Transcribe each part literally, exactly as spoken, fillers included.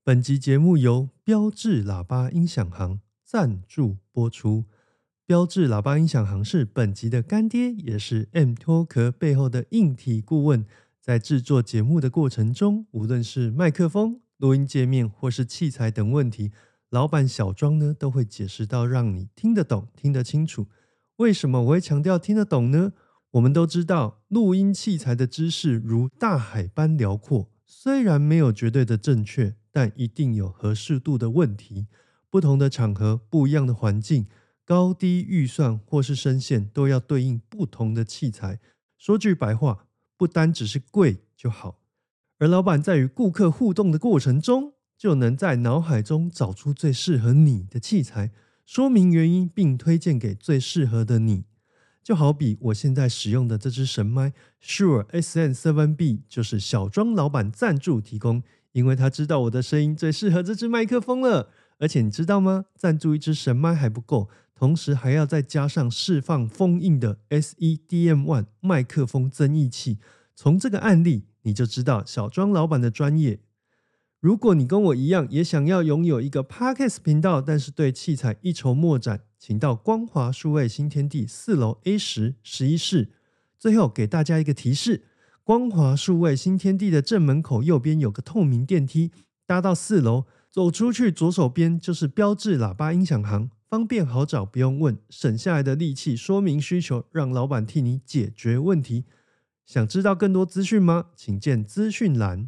本集节目由标致喇叭音响行赞助播出。标致喇叭音响行是本集的干爹，也是 M-Talk 背后的硬体顾问。在制作节目的过程中，无论是麦克风、录音界面或是器材等问题，老板小庄呢都会解释到让你听得懂、听得清楚。为什么我会强调听得懂呢？我们都知道，录音器材的知识如大海般辽阔，虽然没有绝对的正确，但一定有合适度的问题。不同的场合、不一样的环境、高低预算或是声线，都要对应不同的器材。说句白话，不单只是贵就好。而老板在与顾客互动的过程中，就能在脑海中找出最适合你的器材，说明原因，并推荐给最适合的你。就好比我现在使用的这支神麦 Shure S M 七 B 就是小庄老板赞助提供，因为他知道我的声音最适合这支麦克风了。而且你知道吗？赞助一支神麦还不够，同时还要再加上释放封印的 S E D M 一 麦克风增益器。从这个案例你就知道小庄老板的专业。如果你跟我一样也想要拥有一个 Podcast 频道，但是对器材一筹莫展，请到光华数位新天地四楼 A 十 十一室。最后给大家一个提示，光华数位新天地的正门口右边有个透明电梯，搭到四楼，走出去左手边就是标致喇叭音响行，方便好找，不用问，省下来的力气说明需求，让老板替你解决问题。想知道更多资讯吗？请见资讯栏。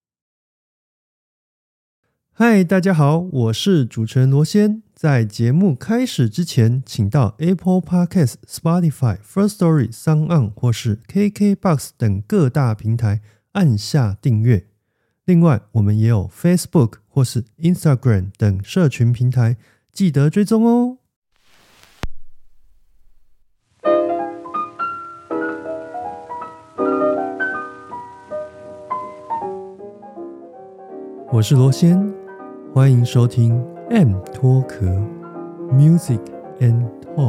嗨，大家好，我是主持人罗先。在节目开始之前，请到 Apple Podcast、Spotify、Firstory、SoundOn 或是 K K B O X 等各大平台按下订阅。另外，我们也有 Facebook 或是 Instagram 等社群平台，记得追踪哦。我是罗先，欢迎收听 M-Talk Music and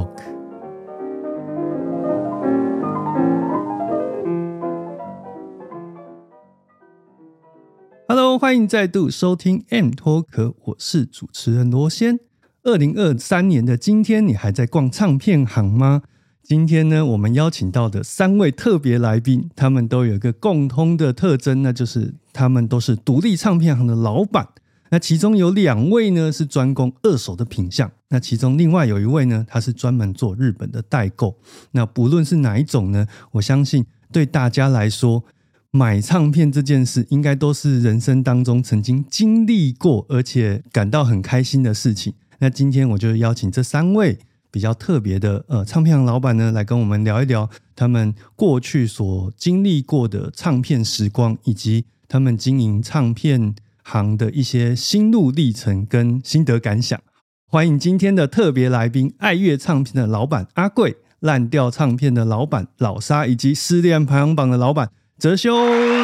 Talk。Hello， 欢迎再度收听 M-Talk， 我是主持人罗先。二零二三年的今天，你还在逛唱片行吗？今天呢，我们邀请到的三位特别来宾，他们都有一个共通的特征，那就是他们都是独立唱片行的老板。那其中有两位呢是专攻二手的品项，那其中另外有一位呢，他是专门做日本的代购。那不论是哪一种呢，我相信对大家来说，买唱片这件事应该都是人生当中曾经经历过，而且感到很开心的事情。那今天我就邀请这三位比较特别的呃唱片行老板呢，来跟我们聊一聊他们过去所经历过的唱片时光，以及他们经营唱片行的一些心路历程跟心得感想。欢迎今天的特别来宾，爱乐唱片的老板阿贵，烂调唱片的老板老沙，以及失恋排行榜的老板哲修。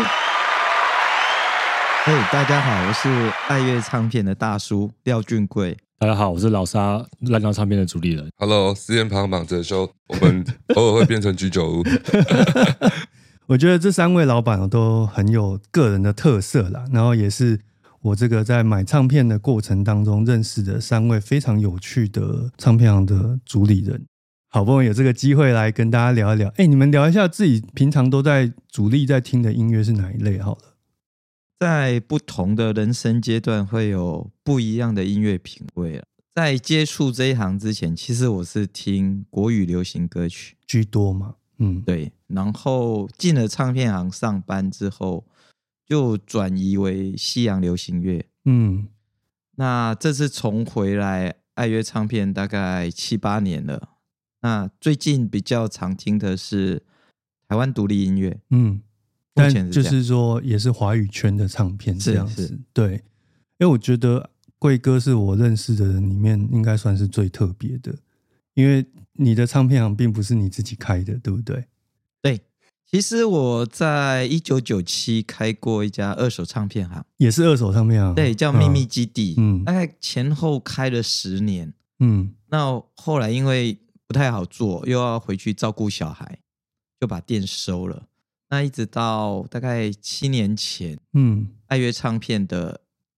嘿、hey, 大家好，我是爱乐唱片的大叔廖俊贵。 大家好，我是老沙，烂调唱片的主理人。 Hello， 失恋排行榜哲修，我们偶尔会变成居酒屋。 我觉得这三位老板都很有个人的特色啦，然后也是我这个在买唱片的过程当中认识的三位非常有趣的唱片行的主理人。好不容易有这个机会来跟大家聊一聊，哎，你们聊一下自己平常都在主力在听的音乐是哪一类好了。 在不同的人生阶段会有不一样的音乐品味了。在接触这一行之前，其实我是听国语流行歌曲居多嘛，嗯， 对。然后进了唱片行上班之后，就转移为西洋流行乐，嗯。那这次重回来爱乐唱片大概七八年了。那最近比较常听的是台湾独立音乐，嗯。 但就是说也是华语圈的唱片这样子，对。因为我觉得贵哥是我认识的人里面应该算是最特别的，因为你的唱片行并不是你自己开的，对不对？ 对，其实我在一九九七开过一家二手唱片行， 也是二手唱片行， 对，叫秘密基地，嗯，大概前后开了十年，嗯，那后来因为不太好做，又要回去照顾小孩，就把店收了。那一直到大概七年前，嗯，爱乐唱片的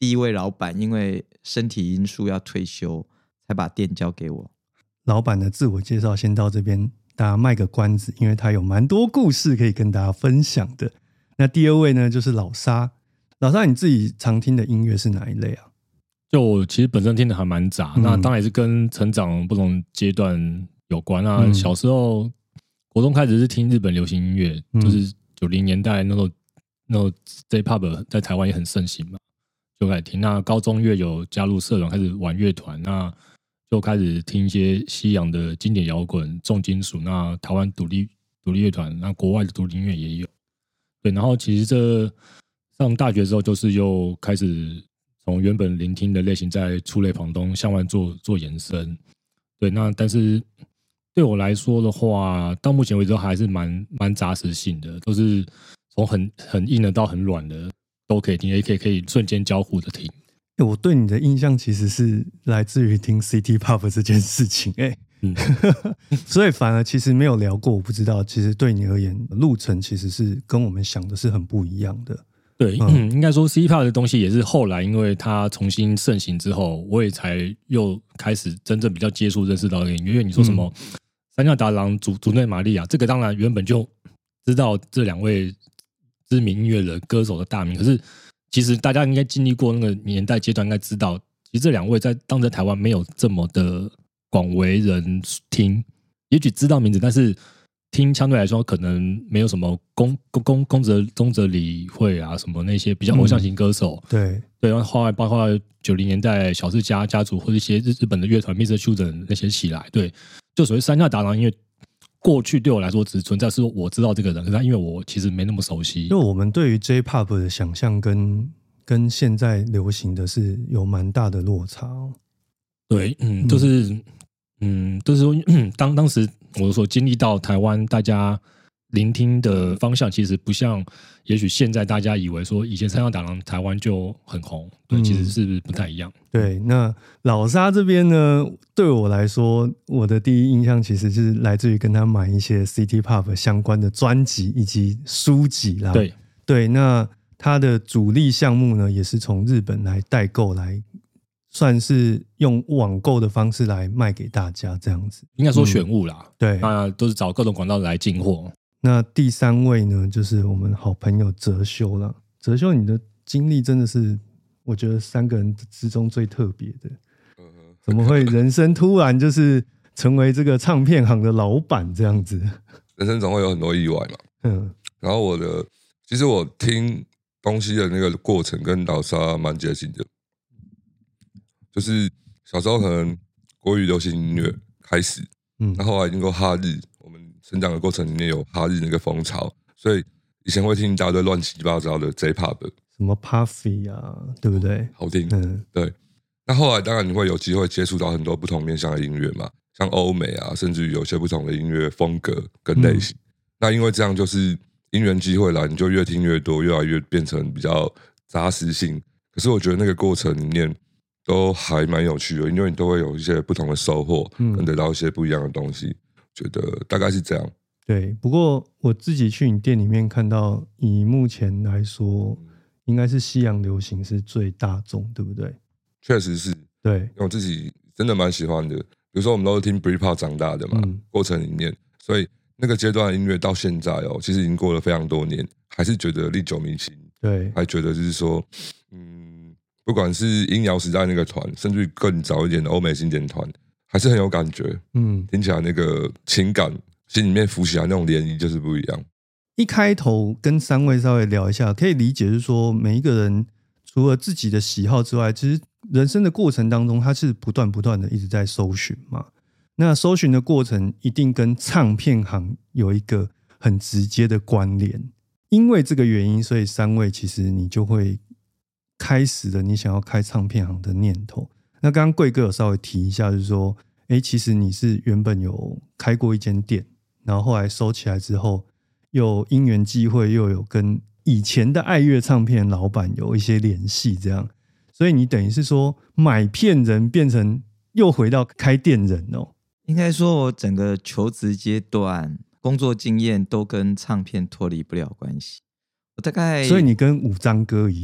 第一位老板因为身体因素要退休，才把店交给我。 老板的自我介绍先到这边，大家卖个关子，因为他有蛮多故事可以跟大家分享的。那第二位呢，就是老沙。老沙，你自己常听的音乐是哪一类啊？ 就我其实本身听的还蛮杂、嗯，那当然也是跟成长不同阶段有关啊。嗯、小时候国中开始是听日本流行音乐，嗯、就是九零年代那时候，那时候 J-Pop 在台湾也很盛行嘛，就开始听。那高中乐有加入社团，开始玩乐团，那就开始听一些西洋的经典摇滚、重金属。那台湾独立独立乐团，那国外的独立音乐也有。对，然后其实这上大学之后，就是又开始。从原本聆听的类型，在触类旁通，向外做做延伸。对，那但是对我来说的话，到目前为止还是蛮蛮杂食性的，都是从很很硬的到很软的都可以听，也可以可以瞬间交互的听。 欸、我对你的印象其实是来自于听 City Pop 这件事情，哎、欸，嗯，所以反而其实没有聊过，我不知道，其实对你而言，路程其实是跟我们想的是很不一样的。 对、嗯，应该说 City Pop 的东西也是后来因为它重新盛行之后，我也才又开始真正比较接触认识到的音乐。因为你说什么、嗯、三架达郎、竹竹内玛利亚，这个当然原本就知道这两位知名音乐人歌手的大名，可是其实大家应该经历过那个年代阶段，应该知道，其实这两位在当时台湾没有这么的广为人听，也许知道名字，但是。听相对来说可能没有什么宫宫宫泽宫泽理惠啊什么那些比较偶像型歌手， 嗯、对对，然后后来包括九零年代小室家家族或者一些日日本的乐团 Mister Children 那些起来，对，就所谓三下达郎，因为过去对我来说只存在是我知道这个人，可是他因为我其实没那么熟悉， 就我们对于 J-Pop 的想象跟跟现在流行的是有蛮大的落差、哦。 对，嗯，就是。嗯嗯，就是说，当当时我所经历到台湾大家聆听的方向，其实不像，也许现在大家以为说以前三下达郎台湾就很红，对，嗯、其实是不太一样。 对，那老沙这边呢，对我来说，我的第一印象其实是来自于跟他买一些 City Pop 相关的专辑以及书籍啦。 对对，那他的主力项目呢，也是从日本来代购来。算是用网购的方式来卖给大家这样子， 应该说选物啦、嗯、 对， 那都是找各种管道来进货。 那第三位呢，就是我们好朋友哲修啦。哲修，你的经历真的是我觉得三个人之中最特别的，怎么会人生突然就是成为这个唱片行的老板这样子？ 人生总会有很多意外嘛。嗯，然后我的其实我听东西的那个过程跟老沙蛮接近的。就是小时候可能国语流行音乐开始，嗯，那后来经过哈日，我们成长的过程里面有哈日那个风潮，所以以前会听一大堆乱七八糟的 J-Pop， 什么 Puffy 啊，对不对？ 好听，嗯，对。那后来当然你会有机会接触到很多不同面向的音乐嘛，像欧美啊，甚至于有些不同的音乐风格跟类型。嗯、那因为这样就是因缘机会来，你就越听越多，越来越变成比较扎实性。可是我觉得那个过程里面。都还蛮有趣的，因为你都会有一些不同的收获，嗯，跟得到一些不一样的东西，觉得大概是这样。 对，不过我自己去你店里面看到，以目前来说，应该是西洋流行是最大众，对不对？ 确实是， 对， 因为我自己真的蛮喜欢的。比如说，我们都是听 Britpop 长大的嘛，嗯、过程里面，所以那个阶段的音乐到现在哦，其实已经过了非常多年，还是觉得历久弥新。 对， 还觉得就是说，嗯。不管是音摇时代那个团，甚至更早一点的欧美经典团，还是很有感觉。嗯，听起来那个情感心里面浮起来那种涟漪就是不一样。 一开头跟三位稍微聊一下，可以理解是说，每一个人除了自己的喜好之外，其实人生的过程当中，他是不断不断的一直在搜寻嘛。那搜寻的过程一定跟唱片行有一个很直接的关联，因为这个原因，所以三位其实你就会。开始了你想要开唱片行的念头。那刚刚贵哥有稍微提一下，就是说，哎，其实你是原本有开过一间店，然后后来收起来之后，又因缘际会又有跟以前的爱乐唱片老板有一些联系，这样，所以你等于是说买片人变成又回到开店人哦。 应该说，我整个求职阶段、工作经验都跟唱片脱离不了关系。我大概， 所以你跟五张哥一样。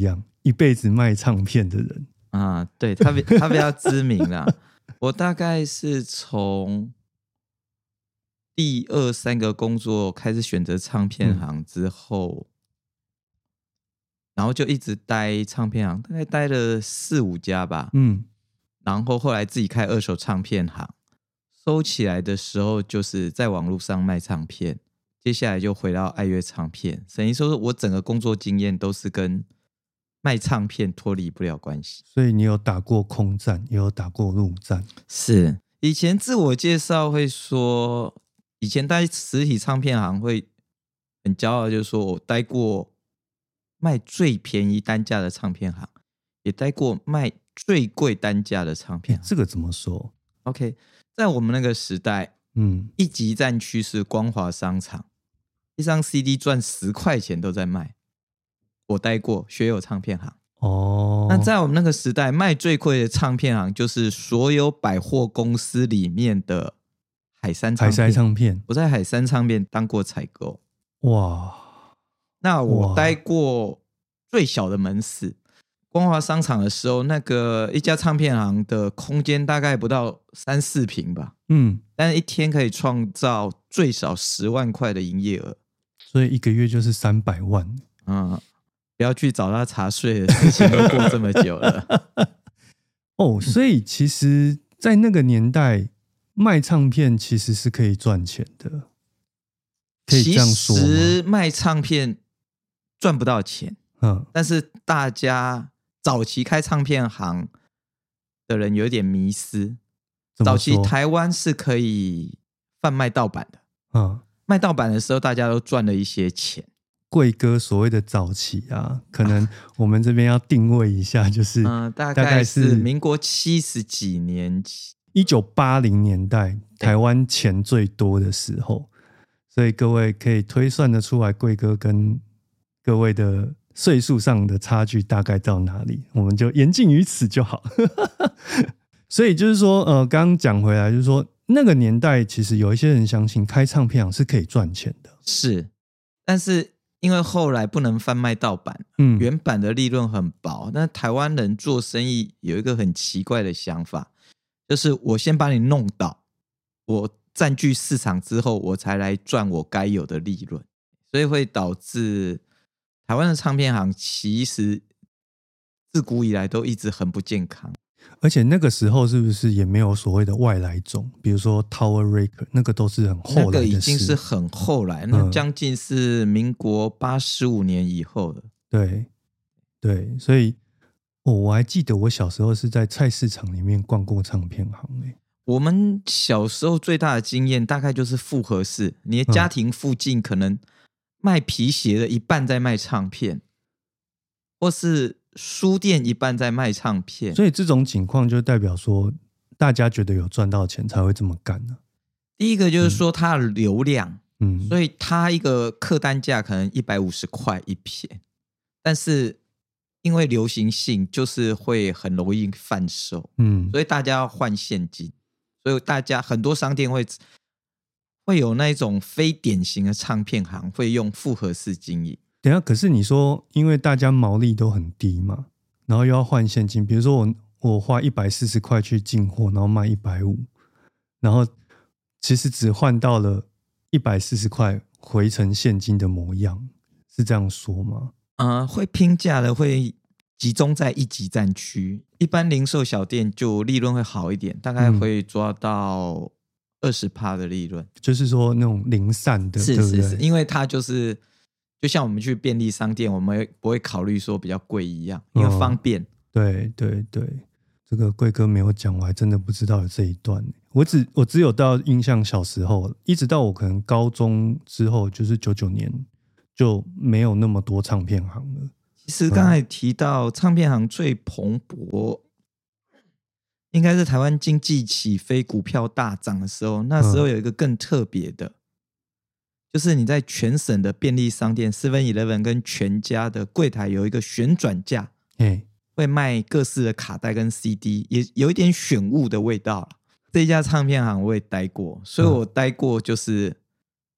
一辈子卖唱片的人啊，对，他比他比较知名啦。我大概是从第二三个工作开始选择唱片行之后，嗯、然后就一直待唱片行，大概待了四五家吧。嗯，然后后来自己开二手唱片行，收起来的时候就是在网络上卖唱片。接下来就回到爱乐唱片，等于说我整个工作经验都是跟卖唱片脱离不了关系。 所以你有打过空战，也有打过陆战。 是，以前自我介绍会说，以前待实体唱片行会很骄傲，就是说我待过卖最便宜单价的唱片行，也待过卖最贵单价的唱片行。 这个怎么说 ？OK， 在我们那个时代，嗯，一级战区是光华商场。一张 C D 赚十块钱都在卖，我待过学友唱片行哦。那在我们那个时代，卖最贵的唱片行就是所有百货公司里面的海山唱片。 海山唱片， 我在海山唱片当过采购。 哇， 那我待过最小的门市，光华商场的时候，那个一家唱片行的空间大概不到三四坪吧。嗯，但是一天可以创造最少十万块的营业额。 所以一个月就是三百万， 嗯，不要去找他查税的事情都过这么久了。 哦，所以其实，在那个年代卖唱片其实是可以赚钱的，可以这样说吗？ 其实卖唱片赚不到钱，嗯，但是大家早期开唱片行的人有点迷思，早期台湾是可以贩卖盗版的，嗯。卖盗版的时候，大家都赚了一些钱。 贵哥所谓的早期啊，可能我们这边要定位一下，就是、 嗯、大概是民国七十几年， 一九八零年代台湾钱最多的时候，所以各位可以推算得出来，贵哥跟各位的岁数上的差距大概到哪里，我们就言尽于此就好。所以就是说，呃，刚刚讲回来，就是说。那个年代其实有一些人相信开唱片行是可以赚钱的， 是，但是因为后来不能贩卖盗版，嗯，原版的利润很薄。那台湾人做生意有一个很奇怪的想法，就是我先把你弄倒，我占据市场之后，我才来赚我该有的利润，所以会导致台湾的唱片行其实自古以来都一直很不健康。 而且那个时候是不是也没有所谓的外来种，比如说 Tower Record， 那个都是很后来的事，那个已经是很后来，那将近是民国八十五年以后的。 对对，所以、哦、我还记得我小时候是在菜市场里面逛过唱片行、欸、 我们小时候最大的经验大概就是复合式，你的家庭附近可能卖皮鞋的一半在卖唱片，或是书店一半在卖唱片， 所以这种情况就代表说大家觉得有赚到钱才会这么干呢、啊。 第一个就是说它的流量，嗯，所以它一个客单价可能一百五十块一片，但是因为流行性就是会很容易贩售，嗯，所以大家要换现金，所以大家很多商店会会有那种非典型的唱片行会用复合式经营。 等一下，可是你说，因为大家毛利都很低嘛，然后又要换现金，比如说我我花一百四十块去进货，然后卖一百五，然后其实只换到了一百四十块回成现金的模样，是这样说吗？ 呃，会拼价的会集中在一级战区，一般零售小店就利润会好一点，大概会抓到 百分之二十 的利润， 就是说那种零散的， 是是是， 对不对？ 因为它就是就像我们去便利商店，我们不会考虑说比较贵一样，因为方便。哦、 对对对，这个贵哥没有讲，我还真的不知道有这一段。我只我只有到印象小时候，一直到我可能高中之后，就是九九年就没有那么多唱片行了。 其实刚才提到唱片行最蓬勃，嗯、应该是台湾经济起飞、股票大涨的时候。那时候有一个更特别的。嗯，就是你在全省的便利商店 seven eleven 跟全家的柜台有一个旋转架，会卖各式的卡带跟 C D， 也有一点选物的味道。这一家唱片行我也待过，所以我待过就是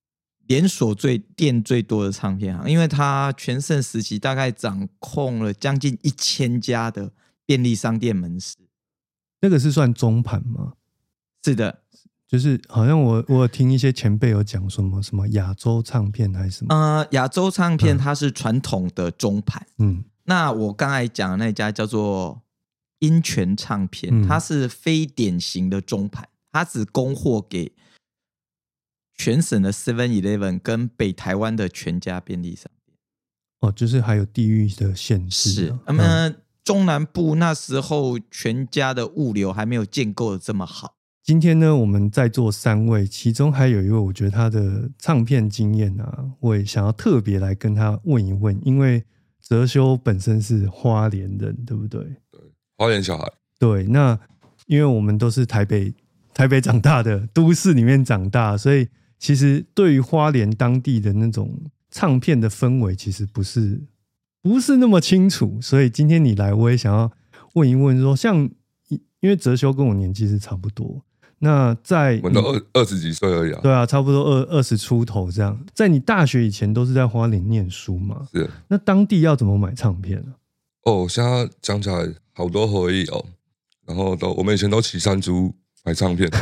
连锁最店最多的唱片行，因为它全盛时期大概掌控了将近一千家的便利商店门市。 那个是算中盘吗？ 是的， 就是好像我我有听一些前辈有讲什么什么亚洲唱片还是什么。 呃，亚洲唱片它是传统的中盘。嗯，那我刚才讲的那家叫做音泉唱片，嗯，它是非典型的中盘，它只供货给全省的 seven eleven 跟北台湾的全家便利商店。 哦，就是还有地域的限制。 是，那么、嗯、中南部那时候全家的物流还没有建构的这么好。 今天呢，我们在座三位，其中还有一位，我觉得他的唱片经验啊，我也想要特别来跟他问一问，因为哲修本身是花莲人，对不对？ 对，花莲小孩。 对，那因为我们都是台北台北长大的，都市里面长大，所以其实对于花莲当地的那种唱片的氛围，其实不是不是那么清楚。所以今天你来，我也想要问一问说，像因为哲修跟我年纪是差不多。那在我们都二二十几岁而已啊， 对啊，差不多二二十出头这样。在你大学以前都是在花莲念书嘛？ 是。 那当地要怎么买唱片啊？ 哦，现在讲起来好多回忆哦。然后都我们以前都骑山猪买唱片。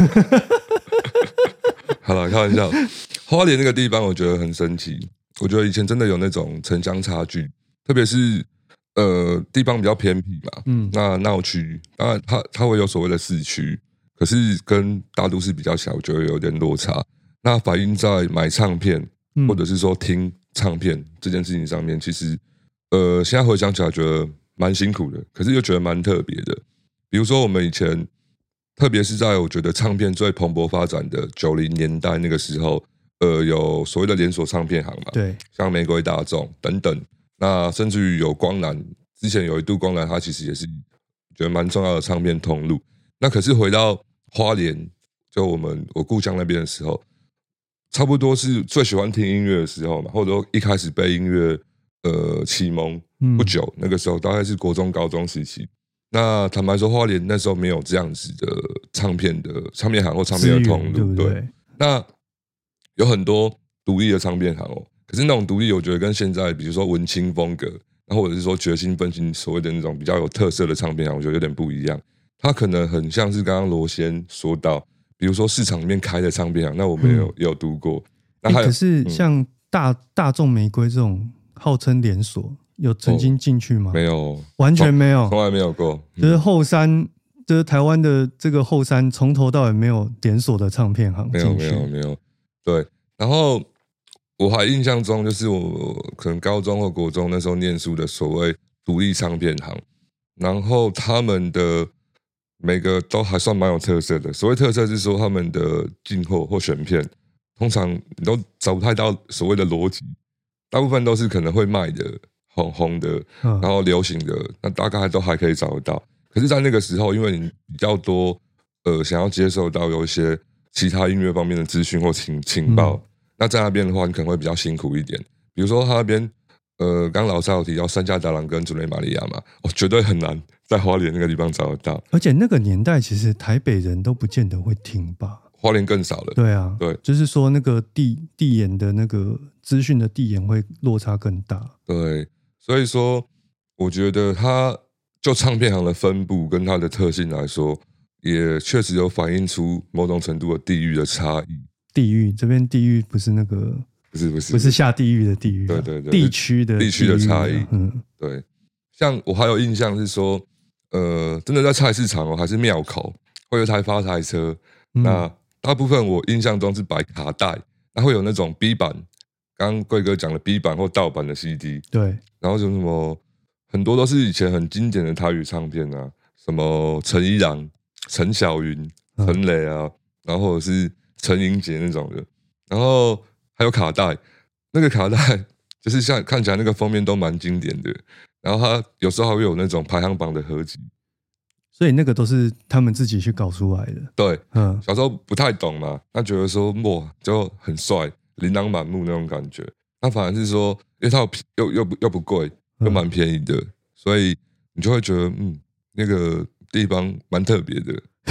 好了，开玩笑。花莲那个地方我觉得很神奇，我觉得以前真的有那种城乡差距，特别是呃地方比较偏僻嘛，嗯，那闹区，当然它它会有所谓的市区。可是跟大都市比较起来，我觉得有点落差。那反映在买唱片，或者是说听唱片这件事情上面，其实呃，现在回想起来觉得蛮辛苦的，可是又觉得蛮特别的。比如说我们以前，特别是在我觉得唱片最蓬勃发展的九零年代那个时候，呃，有所谓的连锁唱片行嘛， 对， 像玫瑰大众等等，那甚至于有光南，之前有一度光南，它其实也是觉得蛮重要的唱片通路。那可是回到花莲，就我们我故乡那边的时候，差不多是最喜欢听音乐的时候嘛，或者说一开始被音乐呃启蒙不久，嗯，那个时候大概是国中高中时期。那坦白说，花莲那时候没有这样子的唱片的唱片行或唱片的通路，对不对？那有很多独立的唱片行哦，可是那种独立，我觉得跟现在比如说文青风格，或者是说决心分析所谓的那种比较有特色的唱片行，我觉得有点不一样。它可能很像是刚刚罗先说到，比如说市场里面开的唱片行，那我们也有、嗯、也有读过。那还有欸、可是像大、嗯、大众玫瑰这种号称连锁，有曾经进去吗？ 哦、没有， 完全没有， 从来没有过。 嗯、就是后山，就是台湾的这个后山，从头到尾没有连锁的唱片行进去。 没有，没有，没有。对，然后我还印象中，就是我可能高中或国中那时候念书的所谓独立唱片行，然后他们的每个都还算蛮有特色的。所谓特色是说他们的进货或选片，通常你都找不太到所谓的逻辑，大部分都是可能会卖的、红红的，然后流行的，那大概都还可以找得到。可是，在那个时候，因为你比较多呃想要接受到有一些其他音乐方面的资讯或情情报，嗯、那在那边的话，你可能会比较辛苦一点。比如说他那边，呃，刚老蔡有提到三家达郎跟祖雷玛利亚嘛，哦，绝对很难在花莲那个地方找得到。 而且那个年代，其实台北人都不见得会听吧， 花莲更少了。 对啊， 对， 就是说那个地地眼的那个资讯的地眼会落差更大。 对，所以说我觉得它就唱片行的分布跟它的特性来说，也确实有反映出某种程度的地域的差异。 地域这边地域不是那个。 不是不是不是下地狱的地狱， 对对对， 地区的地区的差异， 嗯， 对。像我还有印象是说，呃，真的在菜市场哦，还是庙口，会有一台发财车，嗯、那大部分我印象中是摆卡带，那会有那种 B 版，刚刚贵哥讲的 B 版或盗版的 C D， 对， 然后就什么很多都是以前很经典的台语唱片啊，什么陈依然、陈小云、陈蕾啊，嗯、然后或者是陈英杰那种的，然后。还有卡带，那个卡带就是像看起来那个封面都蛮经典的，然后它有时候还会有那种排行榜的合集， 所以那个都是他们自己去搞出来的。 对，嗯，小时候不太懂嘛，他觉得说哇就很帅，琳琅满目那种感觉。那反而是说，因为它又又不又不贵，又蛮便宜的，嗯、所以你就会觉得嗯，那个地方蛮特别的。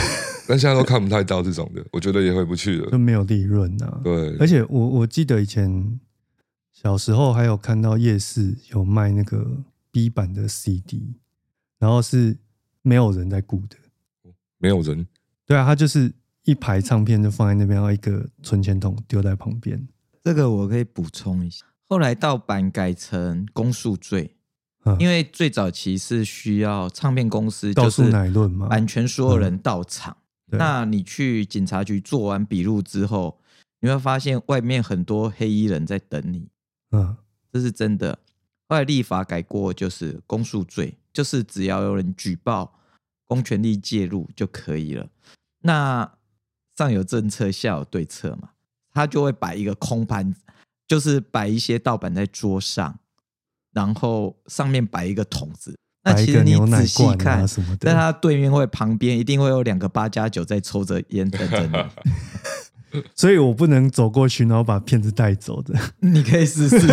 但现在都看不太到这种的，我觉得也回不去了， 就没有利润啊。 对， 而且我我记得以前小时候还有看到夜市有卖那个 B 版的 C D， 然后是没有人在顾的， 没有人。 对啊，他就是一排唱片就放在那边，然后一个存钱筒丢在旁边。 这个我可以补充一下，后来盗版改成公诉罪。因为最早期是需要唱片公司就是版权所有人到场，嗯、那你去警察局做完笔录之后，你会发现外面很多黑衣人在等你，嗯，这是真的。后来立法改过，就是公诉罪，就是只要有人举报，公权力介入就可以了。那上有政策，下有对策嘛，他就会摆一个空盘，就是摆一些盗版在桌上。然后上面摆一个桶子，那其实你仔细看， 啊、 在他对面会旁边一定会有两个八加九在抽着烟等着你， 所以我不能走过去，然后把骗子带走的。 你可以试试。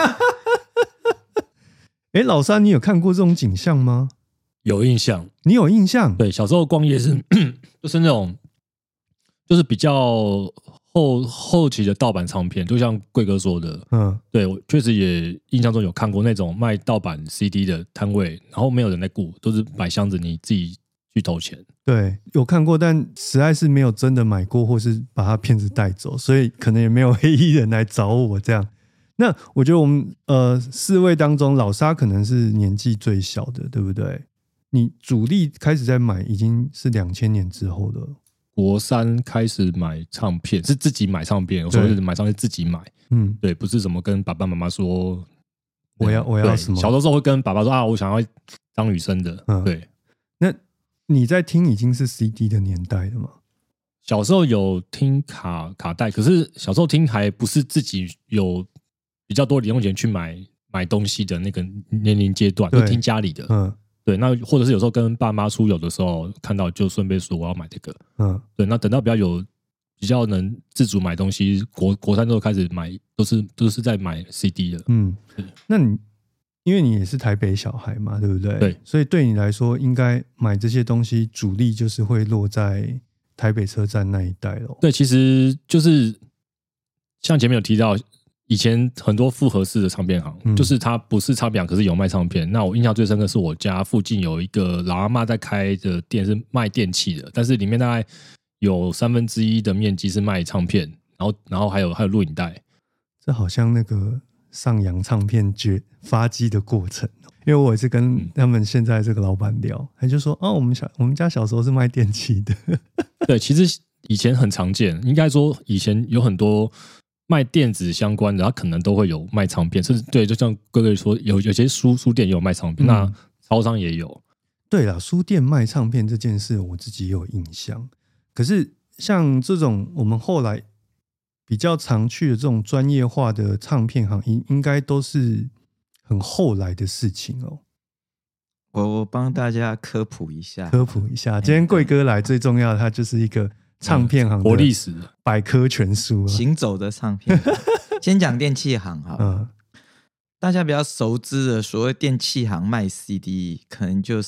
哎，老三，你有看过这种景象吗？ 有印象， 你有印象？ 对，小时候逛夜市，就是那种，就是比较。后后期的盗版唱片，就像贵哥说的，嗯，对我确实也印象中有看过那种卖盗版 C D 的摊位，然后没有人在顾，都是摆箱子，你自己去投钱。 对，有看过，但实在是没有真的买过，或是把他骗子带走，所以可能也没有黑衣人来找我这样。那我觉得我们呃四位当中，老沙可能是年纪最小的，对不对？你主力开始在买，已经是两千年之后了。 国三开始买唱片，是自己买唱片。我说是买唱片自己买，嗯，对，不是什么跟爸爸妈妈说我要我要什么。 小的时候会跟爸爸说啊，我想要当女生的。嗯，对。 那你在听已经是 C D 的年代了吗？ 小时候有听卡卡带，可是小时候听还不是自己有比较多零用钱去买买东西的那个年龄阶段，就听家里的。嗯。对，那或者是有时候跟爸妈出游的时候看到，就顺便说我要买这个。嗯，对，那等到比较有比较能自主买东西，国国三之后开始买，都是都是在买 C D 的。 嗯，那你因为你也是台北小孩嘛，对不对？ 对， 所以对你来说，应该买这些东西主力就是会落在台北车站那一带咯。 对，其实就是像前面有提到。以前很多复合式的唱片行，嗯、就是它不是唱片行，可是有卖唱片。那我印象最深刻是我家附近有一个老阿嬷在开的店，是卖电器的，但是里面大概有三分之一的面积是卖唱片，然后然后还有还有录影带。 这好像那个上扬唱片掘发迹的过程，因为我也是跟他们现在这个老板聊，他就说哦，我们小我们家小时候是卖电器的。 对，其实以前很常见，应该说以前有很多。卖电子相关的，他可能都会有卖唱片，甚至对，就像哥哥说，有有些书书店也有卖唱片，嗯、那超商也有。 对啦，书店卖唱片这件事，我自己也有印象。可是像这种我们后来比较常去的这种专业化的唱片行，应应该都是很后来的事情哦。 我我帮大家科普一下， 科普一下。今天贵哥来，最重要的，他就是一个。唱片行活历史百科全书、啊， 行走的唱片。先讲电器行哈、嗯，大家比较熟知的所谓电器行卖 C D， 可能就是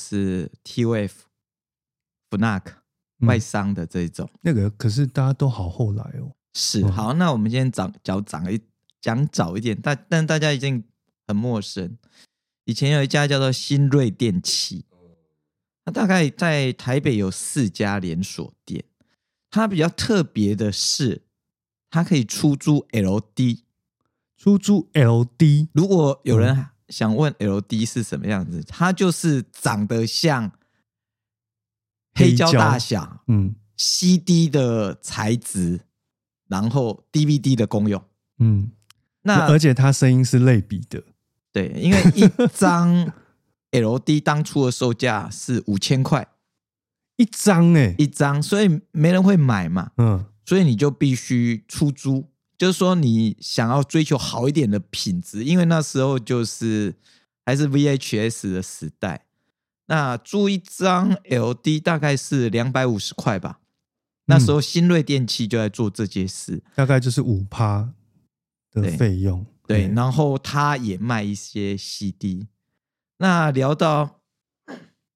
T-Wave、F N A C、嗯、外商的这种。 那个可是大家都好后来哦。 是，嗯、好，那我们今天讲讲讲一讲早一点，但但大家已经很陌生。以前有一家叫做新锐电器，它大概在台北有四家连锁店。它比较特别的是，它可以出租 L D， 出租 L D。 如果有人想问 L D 是什么样子，它就是长得像黑胶大小，嗯 ，C D 的材质，然后 D V D 的功用， 嗯，那而且它声音是类比的， 对，因为一张 L D 当初的售价是五千块。 一张哎， 一张，所以没人会买嘛，嗯，所以你就必须出租，就是说你想要追求好一点的品质，因为那时候就是还是 V H S 的时代，那租一张 L D 大概是两百五十块吧，那时候新锐电器就在做这件事， 嗯、大概就是 百分之五 的费用， 对，对，然后他也卖一些 C D， 那聊到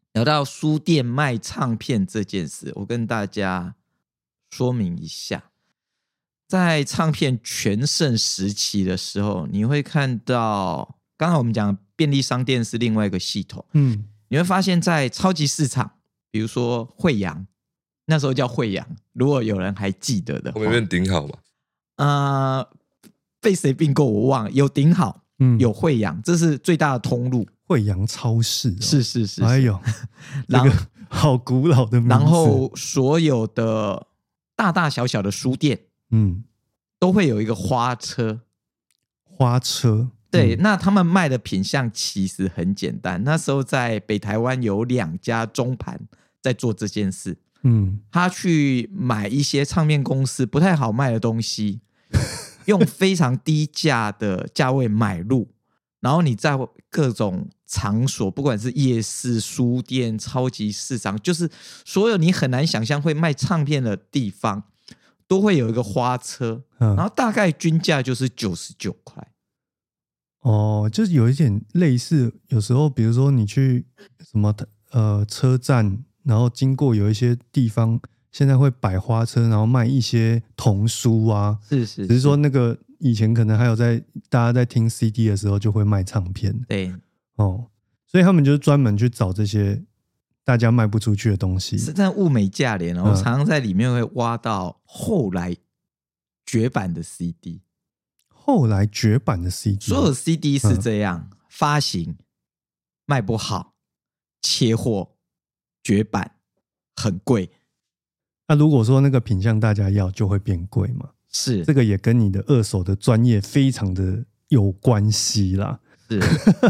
聊到书店卖唱片这件事，我跟大家说明一下。在唱片全盛时期的时候，你会看到，刚才我们讲便利商店是另外一个系统，嗯，你会发现在超级市场，比如说惠阳，那时候叫惠阳，如果有人还记得的话， 后面变顶好嘛？ 呃，被谁并购我忘了，有顶好，嗯，有惠阳，这是最大的通路。 惠阳超市、哦， 是是 是, 是， 哎呦，这个好古老的名字。 然后所有的大大小小的书店。嗯，都会有一个花车， 花车对、嗯，那他们卖的品项其实很简单。那时候在北台湾有两家中盘在做这件事，嗯，他去买一些唱片公司不太好卖的东西，用非常低价的价位买入，然后你在各种场所，不管是夜市、书店、超级市场，就是所有你很难想象会卖唱片的地方。都会有一个花车、嗯，然后大概均价就是九十九块。 哦，就是有一点类似，有时候比如说你去什么呃车站，然后经过有一些地方，现在会摆花车，然后卖一些童书啊， 是是是， 只是说那个以前可能还有在大家在听 C D 的时候就会卖唱片， 对， 哦，所以他们就是专门去找这些。大家卖不出去的东西， 是在物美价廉哦、嗯。我常常在里面会挖到后来绝版的 C D， 后来绝版的 C D， 所有 C D 是这样、嗯、发行卖不好，切货绝版，很贵。 那如果说那个品项大家要，就会变贵嘛？ 是， 这个也跟你的二手的专业非常的有关系啦。 是，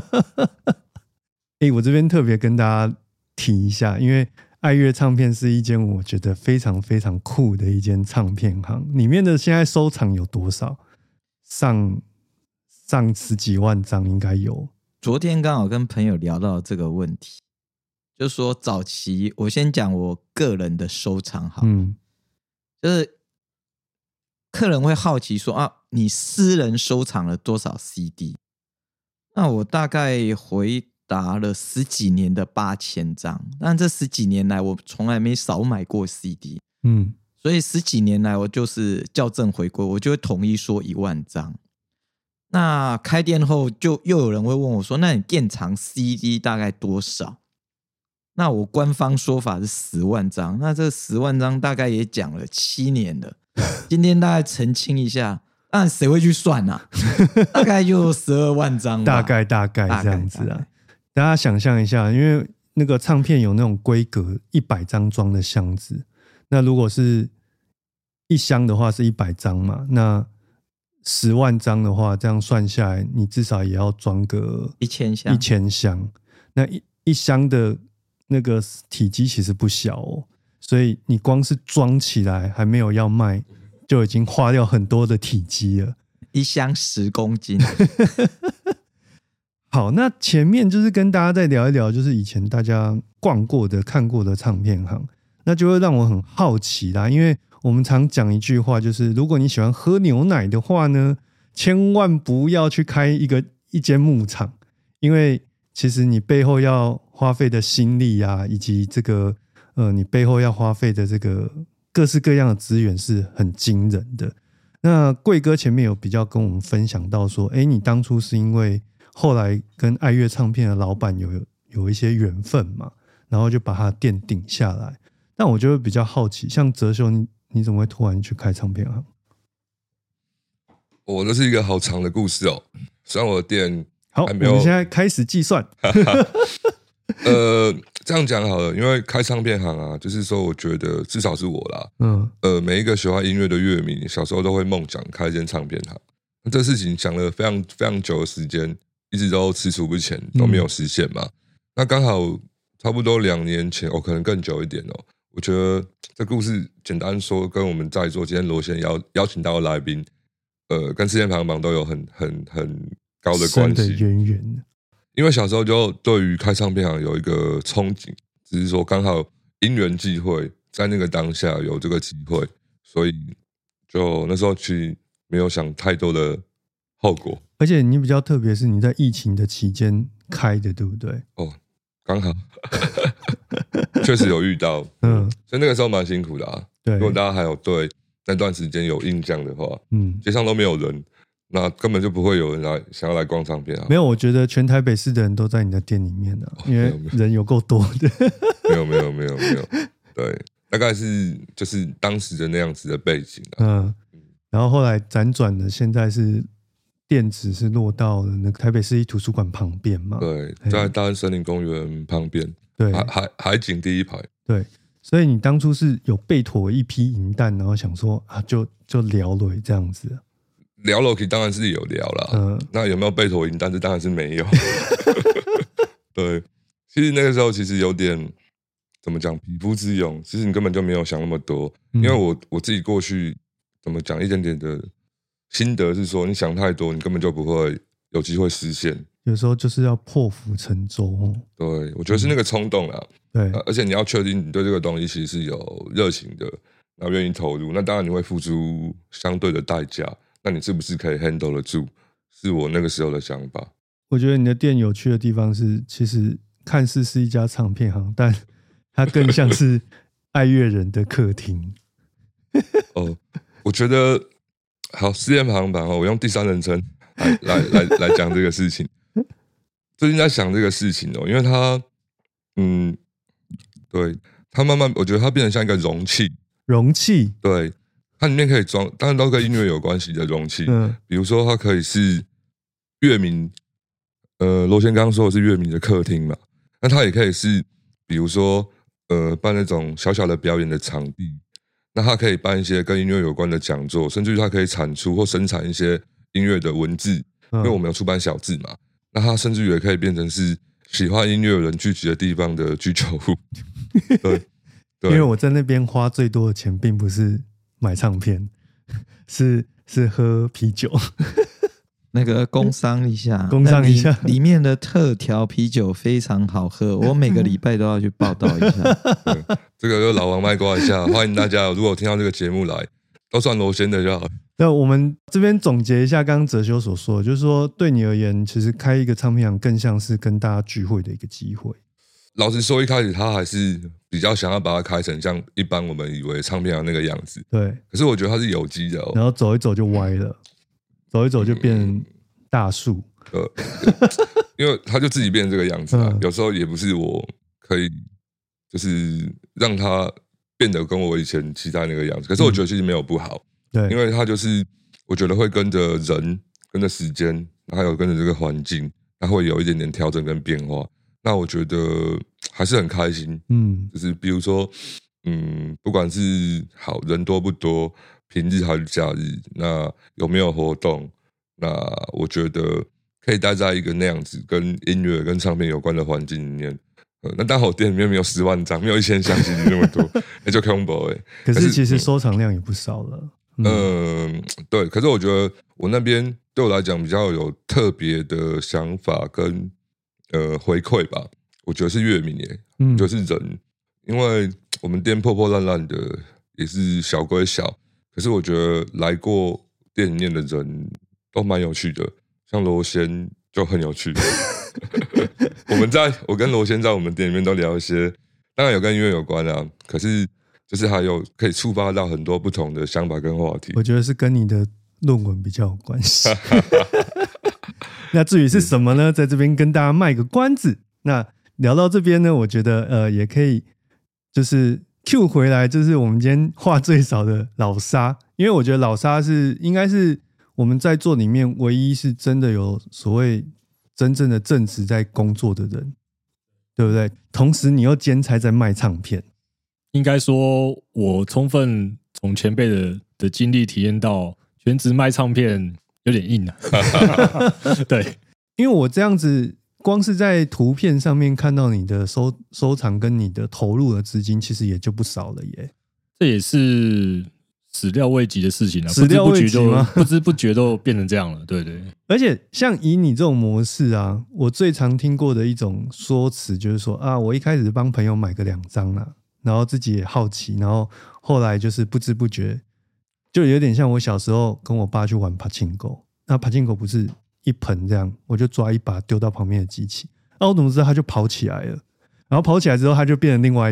欸，我这边特别跟大家。提一下，因为爱乐唱片是一间我觉得非常非常酷的一间唱片行，里面的现在收藏有多少？上上十几万张应该有。 昨天刚好跟朋友聊到这个问题，就是说早期我先讲我个人的收藏好，嗯，就是客人会好奇说啊，你私人收藏了多少 C D？ 那我大概回。打了十几年的八千张，但这十几年来我从来没少买过 C D， 嗯，所以十几年来我就是校正回归，我就会统一说一万张。那开店后就又有人会问我说，那你店藏 C D 大概多少？那我官方说法是十万张，那这十万张大概也讲了七年了，今天大概澄清一下。那谁会去算啊？大概就十二万张吧， 大概大概这样子啊。大家想象一下，因为那个唱片有那种规格一百张装的箱子，那如果是一箱的话是一百张嘛，那十万张的话，这样算下来，你至少也要装个一千箱。 一千箱，那一一箱的那个体积其实不小哦，所以你光是装起来还没有要卖，就已经花掉很多的体积了。 一箱十公斤。 好，那前面就是跟大家再聊一聊，就是以前大家逛过的、看过的唱片行，那就会让我很好奇啦。因为我们常讲一句话，就是如果你喜欢喝牛奶的话呢，千万不要去开一个一间牧场，因为其实你背后要花费的心力啊，以及这个呃，你背后要花费的这个各式各样的资源是很惊人的。那贵哥前面有比较跟我们分享到说，哎，你当初是因为后来跟爱乐唱片的老板有有一些缘分嘛，然后就把他店顶下来。但我就会比较好奇，像哲修，你你怎么会突然去开唱片行？ 我、哦、这是一个好长的故事哦。虽然我的店好，我们现在开始计算。 呃，这样讲好了，因为开唱片行啊，就是说，我觉得至少是我啦，嗯，呃，每一个喜欢音乐的乐迷，小时候都会梦想开一间唱片行。那这事情想了非常非常久的时间。一直都踟蹰不前，都没有实现嘛。嗯、那刚好差不多两年前，哦，可能更久一点哦。我觉得这故事简单说，跟我们在座今天罗先邀邀请到的来宾，呃，跟世界排行榜都有很很很高的关系， 渊源。 因为小时候就对于开唱片行有一个憧憬，只是说刚好因缘际会，在那个当下有这个机会，所以就那时候去没有想太多的后果。 而且你比较特别是你在疫情的期间开的，对不对？ 哦，刚好。 确实有遇到，嗯，所以那个时候蛮辛苦的啊。对，如果大家还有对那段时间有印象的话，嗯，街上都没有人，那根本就不会有人来想要来逛唱片啊。 没有，我觉得全台北市的人都在你的店里面啊，哦、因为人有够多的。 没有没有没有没有，对，大概是就是当时的那样子的背景啊。 嗯，然后后来辗转的，现在是店址是落到了那个台北市立图书馆旁边嘛？ 对，在大安森林公园旁边， 对， 海海海景第一排。 对，所以你当初是有备妥一批银弹，然后想说啊，就就聊了这样子。 聊了，当然是有聊啦。嗯，那有没有备妥银弹？这当然是没有。对，其实那个时候其实有点怎么讲，匹夫之勇。其实你根本就没有想那么多，嗯、因为我我自己过去怎么讲一点点的心得是说，你想太多，你根本就不会有机会实现。 有时候就是要破釜沉舟哦。 对，我觉得是那个冲动啦。 对、 呃，而且你要确定你对这个东西其实是有热情的，然后愿意投入，那当然你会付出相对的代价。那你是不是可以 handle 得住？是我那个时候的想法。 我觉得你的店有趣的地方是，其实看似是一家唱片行，但它更像是爱乐人的客厅。 哦，我觉得好，实验排行榜我用第三人称来来来来讲这个事情。最近在想这个事情哦，因为它，嗯，对，它慢慢，我觉得它变成像一个容器。 容器， 对。它里面可以装，当然都跟音乐有关系的容器，嗯，比如说它可以是乐迷，呃，罗先刚刚说的是乐迷的客厅嘛，那它也可以是，比如说，呃，办那种小小的表演的场地，那它可以办一些跟音乐有关的讲座，甚至于它可以产出或生产一些音乐的文字，嗯、因为我们有出版小字嘛，那它甚至于也可以变成是喜欢音乐的人聚集的地方的居酒屋，对，对， 因为我在那边花最多的钱，并不是买唱片，是是喝啤酒。 那个工商一下， 工商一下， 里, 里面的特调啤酒非常好喝，我每个礼拜都要去报道一下。 对，这个就老王卖瓜一下，欢迎大家如果听到这个节目来，都算罗先的就好。 那我们这边总结一下刚刚哲修所说的，就是说对你而言，其实开一个唱片行更像是跟大家聚会的一个机会。 老实说，一开始他还是比较想要把它开成像一般我们以为唱片行那个样子。 对， 可是我觉得它是有机的哦。 然后走一走就歪了，走一走就变成大树。 嗯、呃，因为他就自己变成这个样子啊。嗯、有时候也不是我可以，就是让他变得跟我以前期待那个样子。可是我觉得其实没有不好， 对、嗯， 因为他就是我觉得会跟着人、跟着时间，还有跟着这个环境，它会有一点点调整跟变化。那我觉得还是很开心，嗯，就是比如说，嗯，不管是好人多不多，平日还是假日，那有没有活动，那我觉得可以待在一个那样子跟音乐、跟唱片有关的环境里面。呃、那当然我店里面没有十万张，没有一千箱 C D 那么多，那就恐怖哎。 可是其实收藏量也不少了。 嗯，呃、对，可是我觉得我那边对我来讲比较有特别的想法跟。呃，回馈吧，我觉得是乐迷耶，嗯，就是人，因为我们店破破烂烂的，也是小归小，可是我觉得来过店里面的人都蛮有趣的，像罗先就很有趣。我们在我跟罗先在我们店里面都聊一些，当然有跟音乐有关啊，可是就是还有可以触发到很多不同的想法跟话题。 我觉得是跟你的论文比较有关系。那至于是什么呢？在这边跟大家卖个关子。那聊到这边呢，我觉得呃也可以就是 Q 回来，就是我们今天话最少的老沙，因为我觉得老沙是应该是我们在座里面唯一是真的有所谓真正的正职在工作的人，对不对？同时你又兼差在卖唱片， 应该说我充分从前辈的的经历体验到，全职卖唱片有点硬啊。对， 因为我这样子光是在图片上面看到你的 收, 收藏跟你的投入的资金其实也就不少了耶。 这也是始料未及的事情啊， 始料未及吗？ 不知不觉都变成这样了。对对， 而且像以你这种模式啊，我最常听过的一种说辞就是说啊，我一开始帮朋友买个两张啦，然后自己也好奇，然后后来就是不知不觉就有点像我小时候跟我爸去玩帕庆狗，那帕庆狗不是一盆这样，我就抓一把丢到旁边的机器，那我怎么知道它就跑起来了，然后跑起来之后它就变成另外一盆，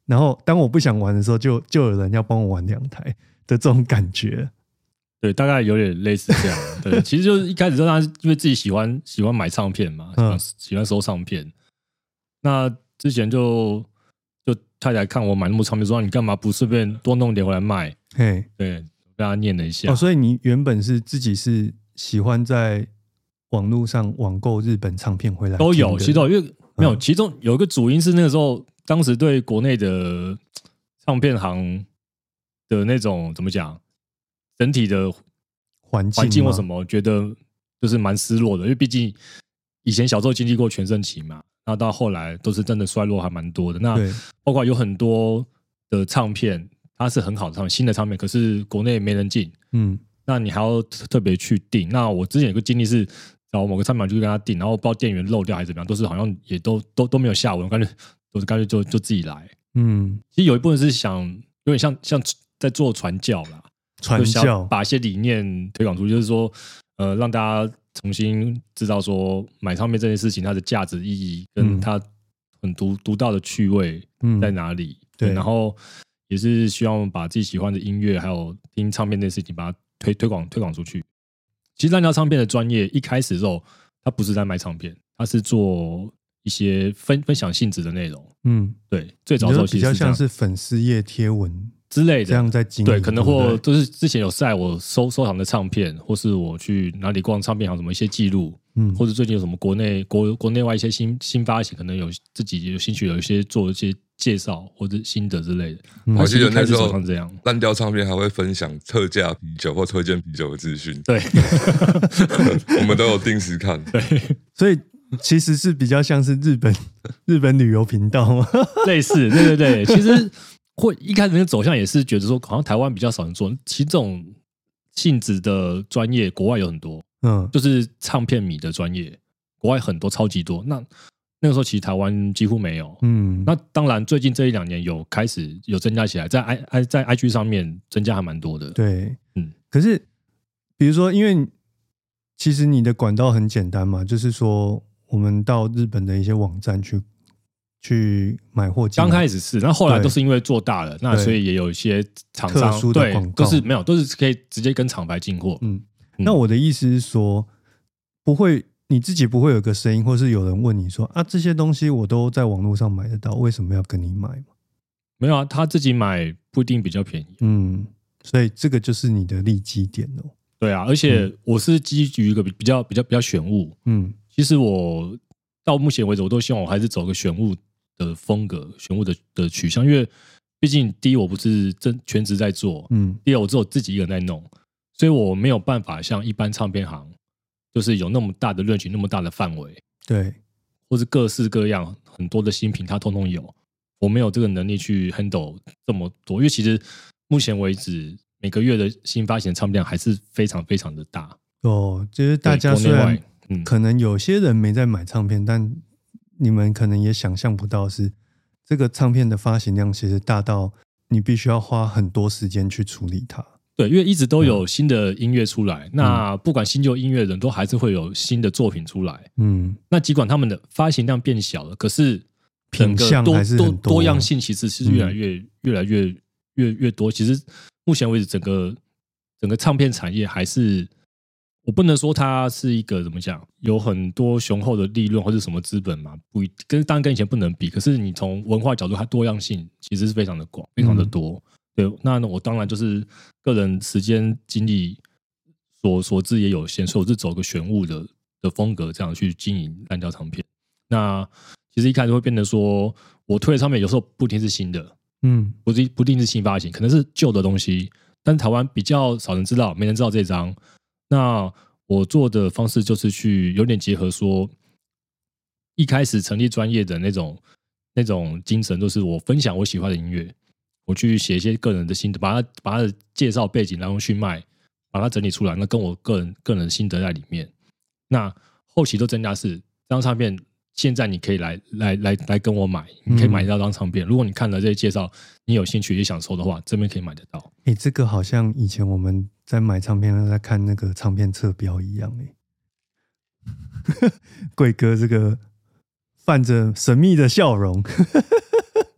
然后当我不想玩的时候就，就就有人要帮我玩两台的这种感觉。 对，大概有点类似这样。对，其实就是一开始就让他因为自己喜欢喜欢买唱片嘛，喜欢、嗯、喜欢收唱片。那之前就就太太看我买那么多唱片，说你干嘛不顺便多弄点回来卖？嘿，对，被他念了一下。 哦，所以你原本是自己是喜欢在网络上网购日本唱片回来都有，其实都有，因为没有、嗯，其中有一个主因是那个时候，当时对国内的唱片行的那种怎么讲？整体的环境环境或什么，觉得就是蛮失落的，因为毕竟以前小时候经历过全盛期嘛，然后到后来都是真的衰落还蛮多的。那包括有很多的唱片，它是很好的唱片，新的唱片，可是国内没人进，嗯，那你还要特别去订。那我之前有个经历是找某个唱片就跟他订，然后不知道店员漏掉还是怎么样，都是好像也都都都没有下文，干脆都是干脆就就自己来。嗯，其实有一部分是想有点像像在做传教啦。 传教， 把一些理念推广出去，就是说，呃，让大家重新知道说买唱片这件事情它的价值意义跟它很独独到的趣味在哪里。嗯、对，然后也是希望把自己喜欢的音乐还有听唱片这件事情把它推推广推广出去。其实烂掉唱片的专业一开始的时候，它不是在卖唱片，它是做一些分分享性质的内容。嗯，对，最早的时候其实比较像是粉丝页贴文。 之类的， 这样在经营， 对，可能或就是之前有晒我收收藏的唱片，或是我去哪里逛唱片行什么一些记录，嗯，或者最近有什么国内国国内外一些新新发行，可能有自己有兴趣有一些做一些介绍或者心得之类的。 嗯、我记得那时候这样，烂掉唱片还会分享特价啤酒或推荐啤酒的资讯， 对， 我们都有定时看， 对， 所以其实是比较像是日本日本旅游频道吗？ 类似，对对对，其实。会一开始那个走向也是觉得说，好像台湾比较少人做。其实这种性质的专业，国外有很多，嗯，就是唱片迷的专业，国外很多，超级多。那那个时候其实台湾几乎没有，嗯。那当然，最近这一两年有开始有增加起来，在 i i 在 I G 上面增加还蛮多的。 对，嗯。可是比如说，因为其实你的管道很简单嘛，就是说我们到日本的一些网站去。去买货进来， 刚开始是，那后来都是因为做大了，那所以也有一些厂商特殊的广告，都是没有，都是可以直接跟厂牌进货。 嗯，那我的意思是说，不会你自己不会有个声音，或是有人问你说啊，这些东西我都在网络上买得到，为什么要跟你买嘛？ 没有啊，他自己买不一定比较便宜。 嗯，所以这个就是你的利基点哦。 对啊，而且我是基于一个比较比较比较选物。嗯，其实我到目前为止，我都希望我还是走个选物的风格，选物的的取向，因为毕竟第一我不是真全职在做，嗯，第二我只有自己一个人在弄，所以我没有办法像一般唱片行，就是有那么大的range，那么大的范围， 对， 或是各式各样很多的新品，它通通有，我没有这个能力去 handle 这么多，因为其实目前为止每个月的新发行唱片还是非常非常的大哦，就是大家虽然可能有些人没在买唱片，但你们可能也想象不到是这个唱片的发行量其实大到你必须要花很多时间去处理它。 对，因为一直都有新的音乐出来，嗯、那不管新旧音乐人都还是会有新的作品出来。嗯，那尽管他们的发行量变小了，可是整个多多多样性其实是越来越、嗯、越来越越越多。其实目前为止，整个整个唱片产业还是。我不能说它是一个怎么讲，有很多雄厚的利润或者什么资本嘛，不跟当然跟以前不能比。可是你从文化角度，它多样性其实是非常的广，非常的多。嗯、对，那我当然就是个人时间精力所所知也有限，所以我是走个选物的的风格，这样去经营烂掉唱片。那其实一开始会变得说，我推的唱片有时候不一定是新的，嗯，不一不一定是新发行，可能是旧的东西，但是台湾比较少人知道，没人知道这张。那我做的方式就是去有点结合说，一开始成立专业的那种那种精神，就是我分享我喜欢的音乐，我去写一些个人的心得，把它把它的介绍背景然后去卖，把它整理出来，那跟我个人个人的心得在里面。那后期都增加是这张唱片，现在你可以来来来来跟我买，你可以买到这张唱片。如果你看了这些介绍，你有兴趣也想收的话，这边可以买得到。 哎、欸，这个好像以前我们在买唱片在看那个唱片侧标一样哎、欸。贵哥这个泛着神秘的笑容，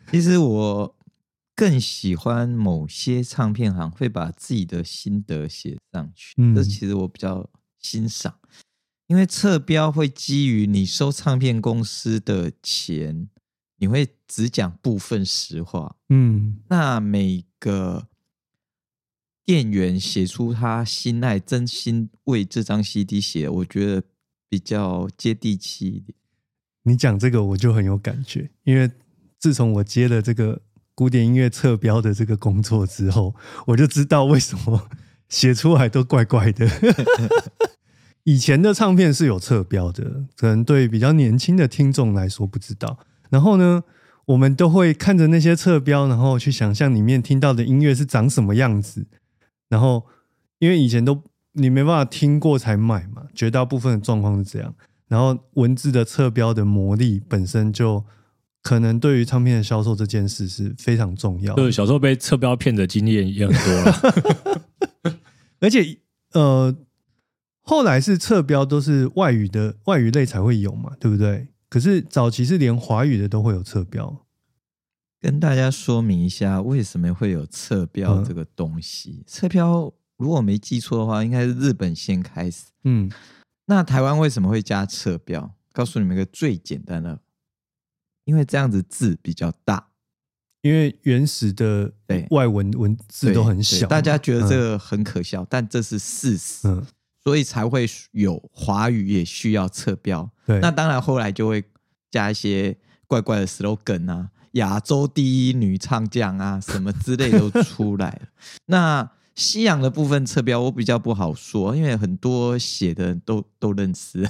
其实我更喜欢某些唱片行会把自己的心得写上去，嗯、这其实我比较欣赏，因为侧标会基于你收唱片公司的钱，你会只讲部分实话，嗯，那每个店员写出他心爱、真心为这张 C D 写，我觉得比较接地气一点。 你讲这个我就很有感觉，因为自从我接了这个古典音乐侧标的这个工作之后，我就知道为什么写出来都怪怪的。以前的唱片是有侧标的，可能对比较年轻的听众来说不知道。然后呢，我们都会看着那些侧标，然后去想象里面听到的音乐是长什么样子。然后因为以前都你没办法听过才买嘛，绝大部分的状况是这样。然后文字的侧标的魔力本身就可能对于唱片的销售这件事是非常重要的。 对，小时候被侧标骗的经验也很多了。 而且呃，后来是侧标都是外语的外语类才会有嘛，对不对？可是早期是连华语的都会有侧标。 跟大家说明一下为什么会有侧标这个东西。嗯、侧标如果没记错的话，应该是日本先开始。嗯。那台湾为什么会加侧标？告诉你们一个最简单的，因为这样子字比较大， 因为原始的外文文字都很小， 大家觉得这个很可笑，嗯、但这是事实，嗯、所以才会有华语也需要侧标。那当然后来就会加一些怪怪的 slogan 啊，亚洲第一女唱将啊，什么之类都出来了。那西洋的部分侧标我比较不好说，因为很多写的人都都认识。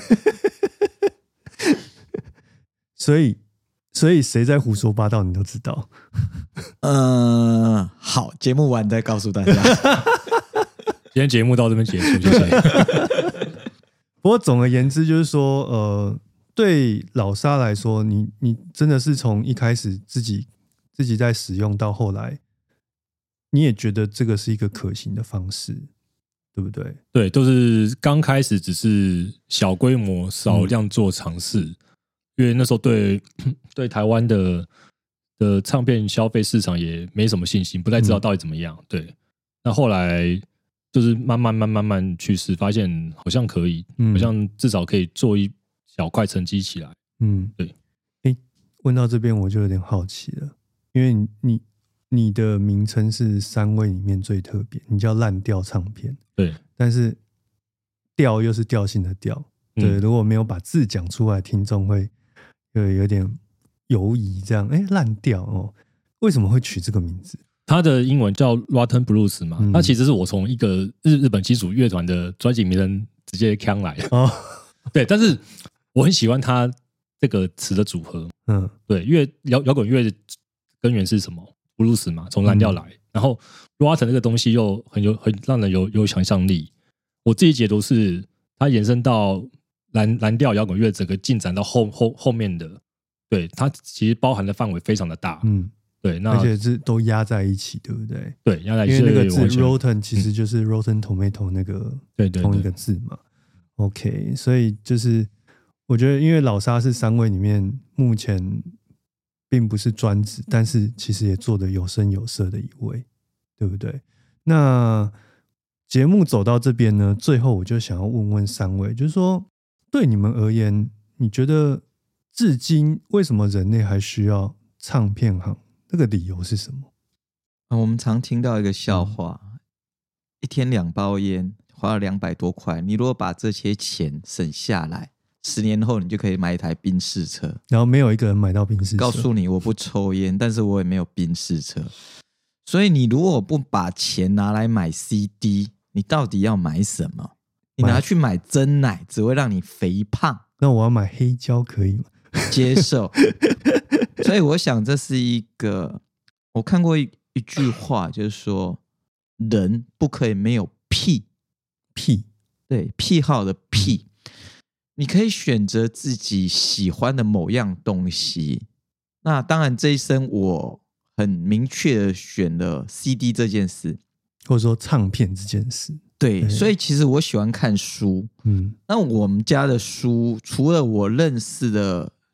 所以所以谁在胡说八道你都知道。 呃，好，节目完再告诉大家。 今天节目到这边结束，谢谢。 不过总而言之就是说，呃，对老沙来说，你你真的是从一开始自己自己在使用到后来，你也觉得这个是一个可行的方式，对不对？ 对，都是刚开始只是小规模少量做尝试，嗯、因为那时候对对台湾的的唱片消费市场也没什么信心，不太知道到底怎么样。嗯、对，那后来就是慢慢慢慢慢去试，发现好像可以，嗯、好像至少可以做一小块成绩起来。嗯，对。 哎，问到这边我就有点好奇了，因为你。你的名称是三位里面最特别，你叫烂调唱片， 对， 但是调又是调性的调，对，嗯、如果没有把字讲出来，听众会有有点犹疑，这样，哎，烂调哦，为什么会取这个名字？ 它的英文叫 Rotten Blues 嘛，嗯、它其实是我从一个日日本基础乐团的专辑名称直接呛来的，哦，对，但是我很喜欢它这个词的组合，嗯，对，因为摇摇滚乐的根源是什么？布鲁斯嘛，从蓝调来，嗯、然后 Rotten 这个东西又很有很让人有有想象力。我自己解读是，它延伸到蓝蓝调摇滚乐整个进展到后后后面的，对它其实包含的范围非常的大，嗯，对，那而且是都压在一起，对不对？ 对，压在一起， 因为那个字 Rotten 其实就是 Rotten Tomato 那个对对同一个字嘛。OK， 所以就是我觉得，因为老沙是三位里面目前。并不是专职，但是其实也做得有声有色的一位，对不对？那节目走到这边呢，最后我就想要问问三位，就是说对你们而言，你觉得至今为什么人类还需要唱片行？这个理由是什么？ 啊、我们常听到一个笑话，嗯、一天两包烟花了两百多块，你如果把这些钱省下来，十年后你就可以买一台宾士车， 然后没有一个人买到宾士车。 告诉你，我不抽烟，但是我也没有宾士车。所以你如果不把钱拿来买 C D， 你到底要买什么？你拿去买真奶，只会让你肥胖。 那我要买黑胶可以吗？ 接受。所以我想这是一个，我看过 一, 一句话，就是说，人不可以没有癖， 癖， 对，癖好的癖。你可以选择自己喜欢的某样东西。那当然，这一生我很明确的选了 C D 这件事， 或者说唱片这件事。 对，对，所以其实我喜欢看书。嗯，那我们家的书，除了我认识的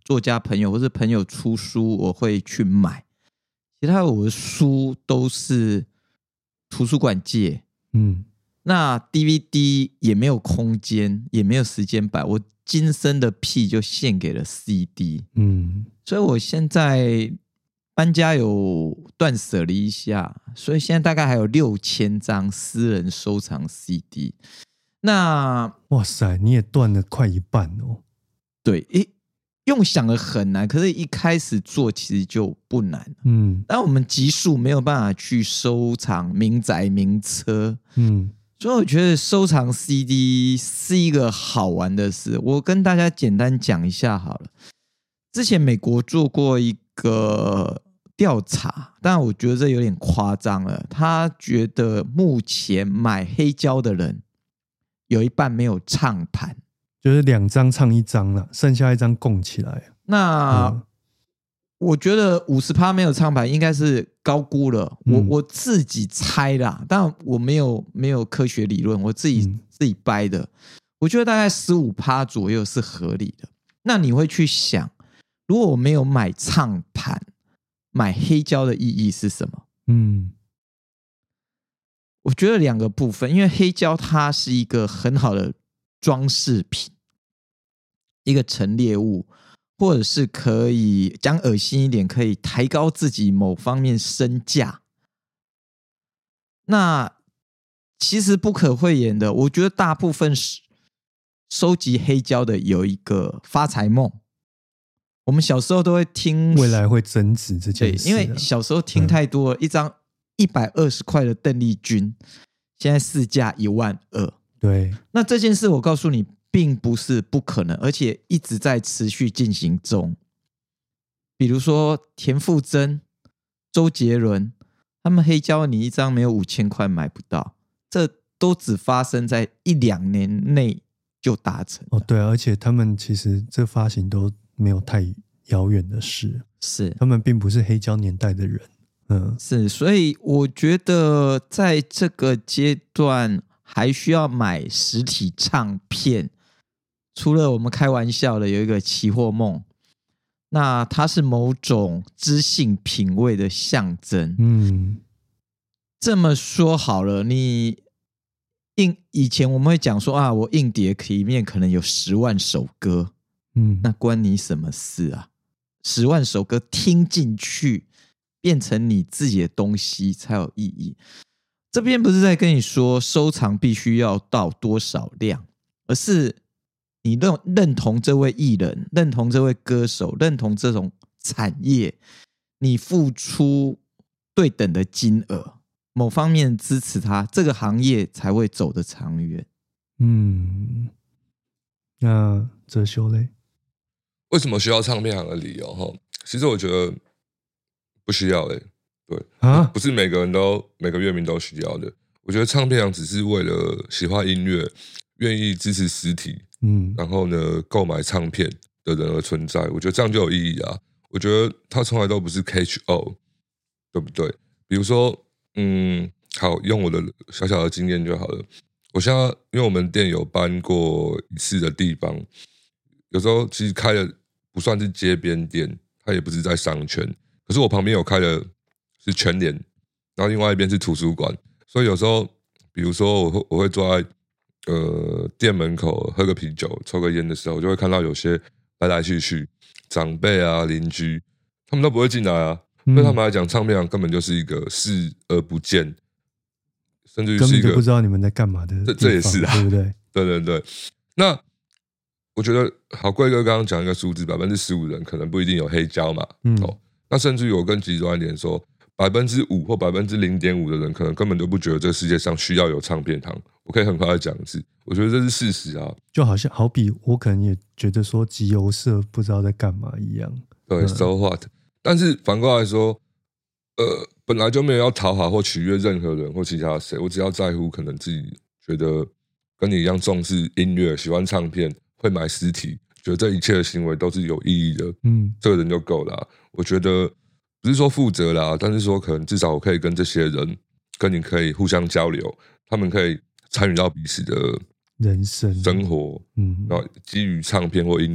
作家朋友或是朋友出书，我会去买。其他我的书都是图书馆借，嗯，那 D V D 也没有空间，也没有时间摆，我今生的屁就献给了 C D， 嗯，所以我现在搬家有断舍离一下，所以现在大概还有六千张私人收藏 C D。那哇塞，你也断了快一半哦。 对，诶，用想的很难，可是一开始做其实就不难。嗯，但我们集数没有办法去收藏名宅名车，嗯，所以我觉得收藏 C D 是一个好玩的事。我跟大家简单讲一下好了。之前美国做过一个调查，但我觉得这有点夸张了。他觉得目前买黑胶的人有一半没有唱盘， 就是两张唱一张了，剩下一张供起来。 那、嗯、我觉得 百分之五十 没有唱盘应该是高估了，嗯、我我自己猜啦，但我没有没有科学理论，我自己、嗯、自己掰的。我觉得大概 百分之十五 左右是合理的。那你会去想，如果我没有买唱盘，买黑胶的意义是什么？嗯。我觉得两个部分，因为黑胶它是一个很好的装饰品，一个陈列物，或者是可以讲恶心一点，可以抬高自己某方面身价。那其实不可讳言的，我觉得大部分收集黑胶的有一个发财梦。我们小时候都会听未来会增值这件事、啊， 对，因为小时候听太多了，嗯、一张一百二十块的邓丽君，现在市价一万二。 对， 那这件事我告诉你，并不是不可能，而且一直在持续进行中。比如说田馥甄、周杰伦，他们黑胶你一张没有五千块买不到，这都只发生在一两年内就达成。 哦，对、啊，而且他们其实这发行都没有太遥远的事， 是他们并不是黑胶年代的人。嗯， 是，所以我觉得在这个阶段还需要买实体唱片。除了我们开玩笑的有一个期货梦，那它是某种知性品味的象征。嗯，这么说好了，你硬以前我们会讲说啊，我硬碟里面可能有十万首歌，嗯，那关你什么事啊？十万首歌听进去。变成你自己的东西才有意义。这边不是在跟你说收藏必须要到多少量，而是你认认同这位艺人，认同这位歌手，认同这种产业，你付出对等的金额，某方面支持他，这个行业才会走得长远。嗯， 那哲修嘞？ 为什么需要唱片行的理由？其实我觉得。不需要欸，对啊，不是每个人都每个乐迷都需要的。我觉得唱片行只是为了喜欢音乐、愿意支持实体，嗯，然后呢购买唱片的人而存在。我觉得这样就有意义啊。我觉得它从来都不是 catch all， 对不对？比如说，嗯，好，用我的小小的经验就好了。我现在因为我们店有搬过一次的地方，有时候其实开的不算是街边店，它也不是在商圈。可是我旁边有开的是全联，然后另外一边是图书馆，所以有时候，比如说我会我会坐在呃店门口喝个啤酒、抽个烟的时候，就会看到有些来来去去长辈啊、邻居，他们都不会进来啊。对他们来讲，唱片行根本就是一个视而不见，甚至于是一个根本就不知道你们在干嘛的地方。 这这也是啊， 对不对？ 对对对。那我觉得好，贵哥刚刚讲一个数字，百分之十五人可能不一定有黑胶嘛，嗯。哦，那甚至于我更极端一点说，百分之五或百分之零点五的人，可能根本就不觉得这个世界上需要有唱片行。我可以很快的讲一次，我觉得这是事实啊。 就好像好比我可能也觉得说集邮社不知道在干嘛一样。 对、嗯、，so what？ 但是反过来说，呃，本来就没有要讨好或取悦任何人或其他谁，我只要在乎可能自己觉得跟你一样重视音乐、喜欢唱片、会买实体。觉得这一切的行为都是有意义的，嗯，这个人就够了、啊。我觉得不是说负责啦，但是说可能至少我可以跟这些人，跟你可以互相交流，他们可以参与到彼此的人生生活，嗯，然后基于唱片或音乐，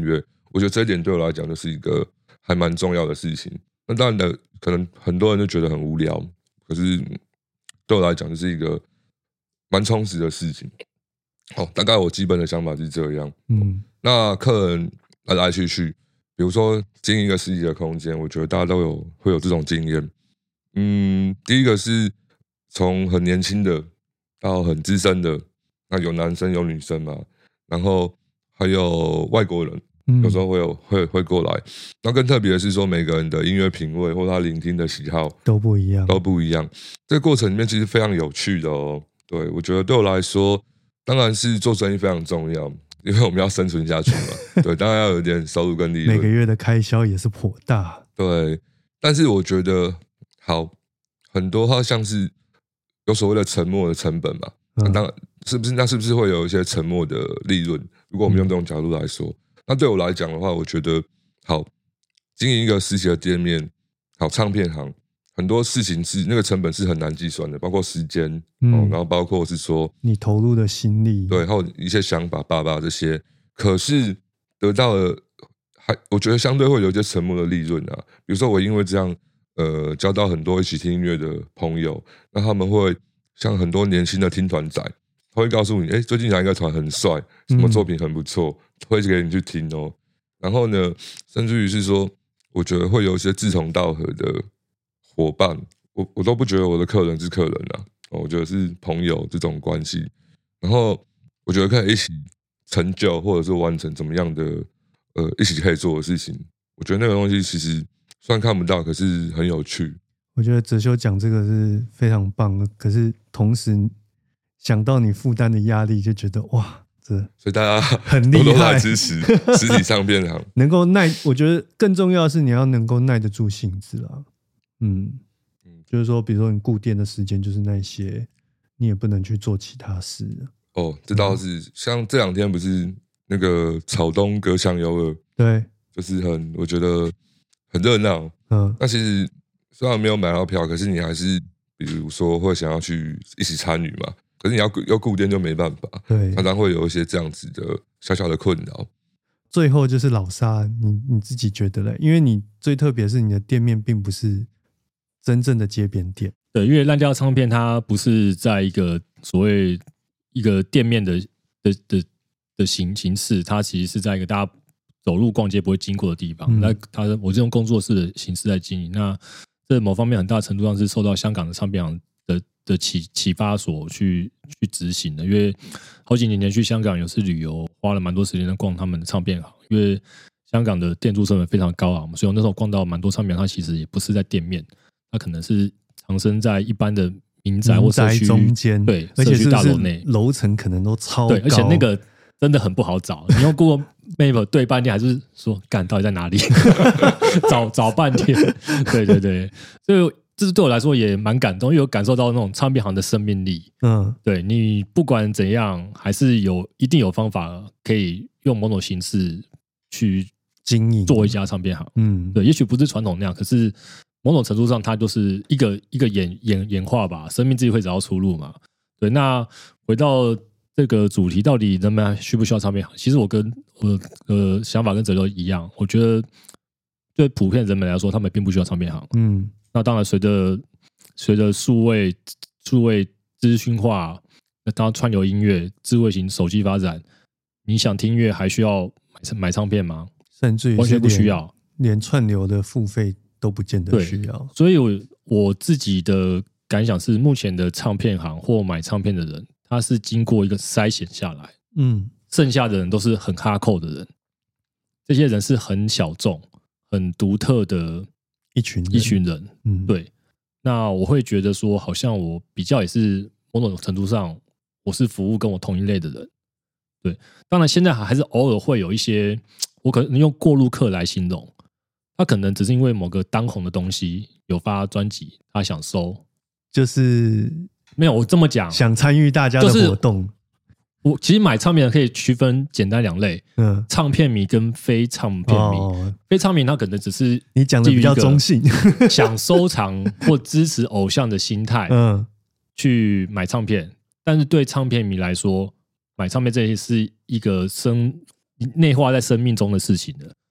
我觉得这一点对我来讲就是一个还蛮重要的事情。那当然的，可能很多人就觉得很无聊，可是对我来讲就是一个蛮充实的事情。好，大概我基本的想法是这样。嗯，那客人来来去去，比如说经营一个实体的空间，我觉得大家都有会有这种经验。嗯，第一个是从很年轻的到很资深的，那有男生有女生嘛，然后还有外国人，有时候会有会会过来。那更特别的是说，每个人的音乐品味或他聆听的喜好都不一样， 都不一样。这个过程里面其实非常有趣的哦。对，我觉得对我来说，当然是做生意非常重要，因为我们要生存下去嘛。对，当然要有一点收入跟利润， 每个月的开销也是颇大。 对，但是我觉得好很多，它像是有所谓的沉没的成本嘛。那当然是不是？那是不是会有一些沉没的利润？如果我们用这种角度来说，那对我来讲的话，我觉得好经营一个实体的店面，好唱片行。很多事情是那个成本是很难计算的，包括时间，嗯哦、然后包括是说你投入的心力， 对，还有一些想法、爸爸这些，可是得到了，还我觉得相对会有一些沉没的利润啊。比如说我因为这样，呃，交到很多一起听音乐的朋友，那他们会像很多年轻的听团仔，他会告诉你，哎，最近哪一个团很帅，什么作品很不错，推给你去听哦。然后呢，甚至于是说，我觉得会有一些志同道合的伙伴，我我都不觉得我的客人是客人啦、哦，我觉得是朋友这种关系。然后我觉得可以一起成就，或者是完成怎么样的呃一起可以做的事情。我觉得那个东西其实虽然看不到，可是很有趣。 我觉得哲修讲这个是非常棒的，可是同时想到你负担的压力，就觉得哇，这所以大家很厉害， 多多来支持实体唱片行， 能够耐。我觉得更重要的是你要能够耐得住性子啦。嗯，就是说，比如说你顾店的时间就是那些，你也不能去做其他事。 哦，这倒是，嗯、像这两天不是那个草东隔墙有耳， 对， 就是很我觉得很热闹。嗯，那其实虽然没有买到票，可是你还是比如说会想要去一起参与嘛。可是你要要顾店就没办法，对，常常会有一些这样子的小小的困扰。 最后就是老沙，你你自己觉得嘞？因为你最特别是你的店面并不是真正的街边店， 对，因为烂掉唱片它不是在一个所谓一个店面的的的的形形式，它其实是在一个大家走路逛街不会经过的地方。嗯、那它我这种工作室的形式在经营，那这某方面很大程度上是受到香港的唱片行的的启启发所去去执行的。因为好几年前去香港有次旅游，花了蛮多时间在逛他们的唱片行，因为香港的店租成本非常高昂，所以我那时候逛到蛮多唱片行，它其实也不是在店面。它可能是藏身在一般的民宅或社区中间， 对， 而且社区大楼内， 楼层可能都超高， 对，而且那个真的很不好找。你用 Google Map 对半天，还是说干到底在哪里？找找半天，对对对，所以这是对我来说也蛮感动，因为我感受到那种唱片行的生命力。嗯，对你不管怎样，还是有一定有方法可以用某种形式去经营做一家唱片行。嗯，对，也许不是传统那样，可是。某种程度上，它就是一个一个演演演化吧，生命自己会找到出路嘛。对，那回到这个主题，到底人们需不需要唱片行？其实我跟我的呃想法跟哲流一样，我觉得对普遍人们来说，他们并不需要唱片行。嗯，那当然随着随着数位数位资讯化，当然串流音乐、智慧型手机发展，你想听音乐还需要买买唱片吗？ 甚至于完全不需要， 连串流的付费。都不见得需要， 所以我我自己的感想是，目前的唱片行或买唱片的人，他是经过一个筛选下来，嗯，剩下的人都是很哈扣的人，这些人是很小众、很独特的一群人一群人，嗯，对。那我会觉得说，好像我比较也是某种程度上，我是服务跟我同一类的人，对。当然，现在还是偶尔会有一些，我可能用过路客来形容。他可能只是因为某个当红的东西有发专辑，他想收， 就是没有我这么讲， 想参与大家的活动。就是、 我其实买唱片可以区分简单两类，嗯，唱片迷跟非唱片迷。哦、非唱片他可能只是你讲的比较中性， 想收藏或支持偶像的心态，嗯，去买唱片。但是对唱片迷来说，买唱片这些是一个生内化在生命中的事情的。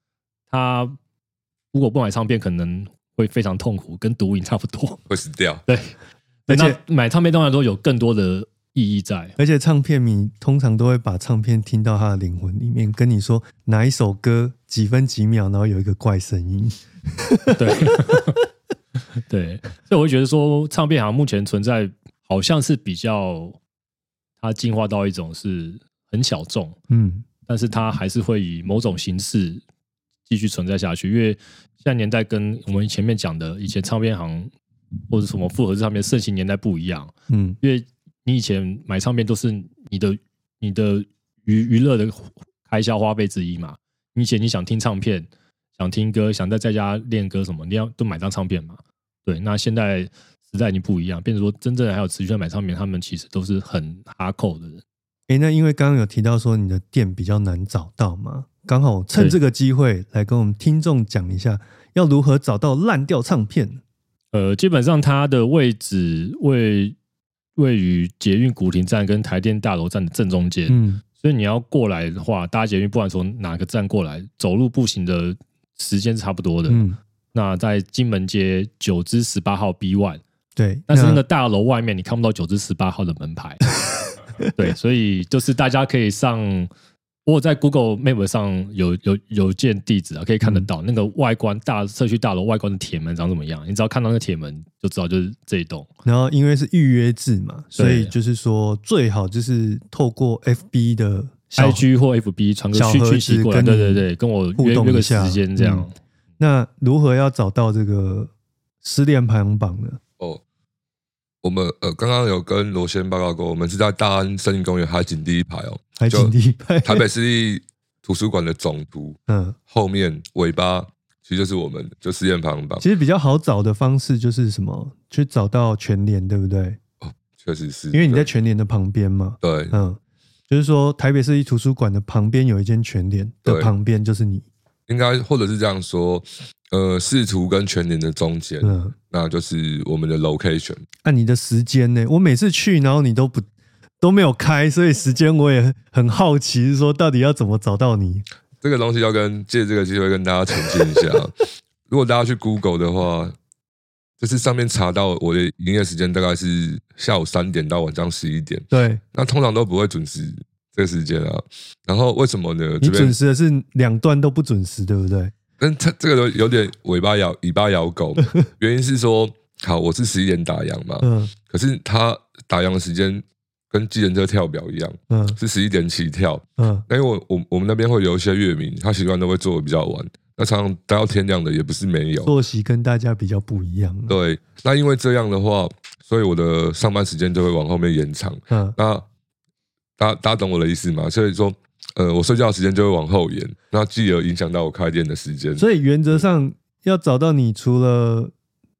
他如果不买唱片，可能会非常痛苦，跟毒瘾差不多， 会死掉。 对，而且买唱片当然都有更多的意义在， 而且唱片迷通常都会把唱片听到他的灵魂里面，跟你说哪一首歌几分几秒，然后有一个怪声音。 对，对，所以我会觉得说，唱片行目前存在，好像是比较它进化到一种是很小众，嗯，但是它还是会以某种形式继续存在下去，因为现在年代跟我们前面讲的以前唱片行或者什么复合制唱片盛行年代不一样，嗯，因为你以前买唱片都是你的你的娱娱乐的开销花费之一嘛，你以前你想听唱片，想听歌，想在在家练歌什么，你要都买张唱片嘛，对，那现在时代已经不一样，变成说真正还有持续在买唱片，他们其实都是很哈扣的人。 欸，那因为刚刚有提到说你的店比较难找到嘛，刚好趁这个机会来跟我们听众讲一下，要如何找到烂掉唱片。 呃，基本上它的位置位位于捷运古亭站跟台电大楼站的正中间，嗯，所以你要过来的话，搭捷运不管从哪个站过来，走路步行的时间是差不多的。嗯，那在金门街九之十八号 B 一， 对， 但是那个大楼外面你看不到九之十八号的门牌。对，所以就是大家可以上，我在 Google Map 上有有有建地址啊，可以看得到、嗯、那个外观大社区大楼外观的铁门长怎么样，你只要看到那个铁门就知道就是这一栋。 然后因为是预约制嘛，所以就是说最好就是透过 F B 的 I G 或 F B 传个讯息过来，对对对，跟我约约个时间这样、嗯。 那如何要找到这个失恋排行榜呢？ 哦。我们呃刚刚有跟罗先报告过，我们是在大安森林公园海景第一排哦， 海景第一排， 台北市立图书馆的总图，嗯，后面尾巴其实就是我们就失恋排行榜。 其实比较好找的方式就是什么，去找到全联，对不对？ 哦，确实是， 因为你在全联的旁边嘛。 对， 嗯，就是说台北市立图书馆的旁边有一间全联的旁边就是你， 应该或者是这样说。呃，视图跟全联的中间、嗯，那就是我们的 location。 按、啊、你的时间呢？我每次去，然后你都不都没有开，所以时间我也很好奇，是说到底要怎么找到你？ 这个东西要跟借这个机会跟大家澄清一下。如果大家去 Google 的话，就是上面查到我的营业时间大概是下午三点到晚上十一点。 对， 那通常都不会准时这个时间啊。然后为什么呢？ 你准时的是两段都不准时，对不对？ 但它这个有点尾巴摇尾巴摇狗，原因是说，好，我是十一点打烊嘛，嗯，可是他打烊的时间跟计程车跳表一样，嗯，是十一点起跳，嗯，那因为我我我们那边会有一些乐迷，他习惯都会做的比较晚，那常常待到天亮的也不是没有， 作息跟大家比较不一样， 对，那因为这样的话，所以我的上班时间就会往后面延长，嗯，那大家大家懂我的意思吗？所以说。呃，我睡觉的时间就会往后延，那继而影响到我开店的时间。 所以原则上要找到你，除了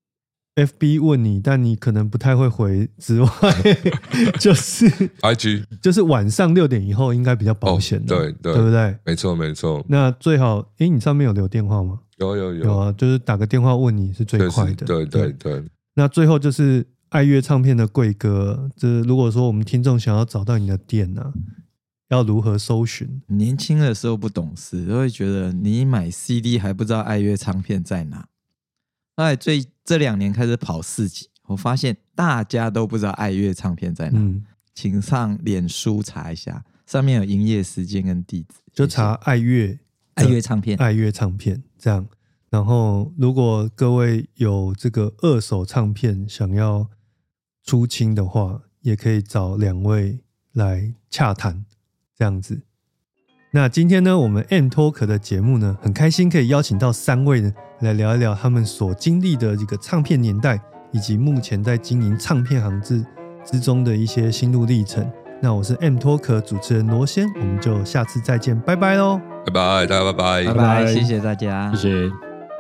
F B 问你，但你可能不太会回之外，就是 I G， 就是晚上六点以后应该比较保险的、哦， 对对， 对不对？ 没错没错。 那最好，哎，你上面有留电话吗？ 有有有有啊，就是打个电话问你是最快的。 对对 对, 对。 那最后就是爱乐唱片的贵哥，这如果说我们听众想要找到你的店呢、啊？要如何搜寻？ 年轻的时候不懂事，都会觉得你买 C D 还不知道爱乐唱片在哪。后来最这两年开始跑市集，我发现大家都不知道爱乐唱片在哪。嗯，请上脸书查一下，上面有营业时间跟地址， 就查爱乐爱乐唱片， 爱乐唱片这样。然后，如果各位有这个二手唱片想要出清的话，也可以找两位来洽谈。这样子，那今天呢，我们 M Talk 的节目呢，很开心可以邀请到三位呢来聊一聊他们所经历的这个唱片年代，以及目前在经营唱片行之之中的一些心路历程。那我是 M Talk 主持人罗先，我们就下次再见，拜拜喽， 拜拜，大家拜拜， 拜拜，谢谢大家， 谢谢。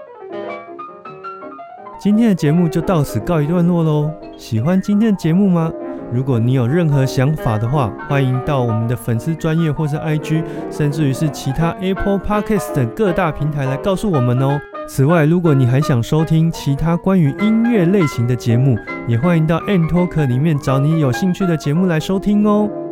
今天的节目就到此告一段落喽。喜欢今天的节目吗？如果你有任何想法的话，欢迎到我们的粉丝专页或是 I G， 甚至于是其他 Apple Podcast 等各大平台来告诉我们哦。此外，如果你还想收听其他关于音乐类型的节目，也欢迎到 M Talk 里面找你有兴趣的节目来收听哦。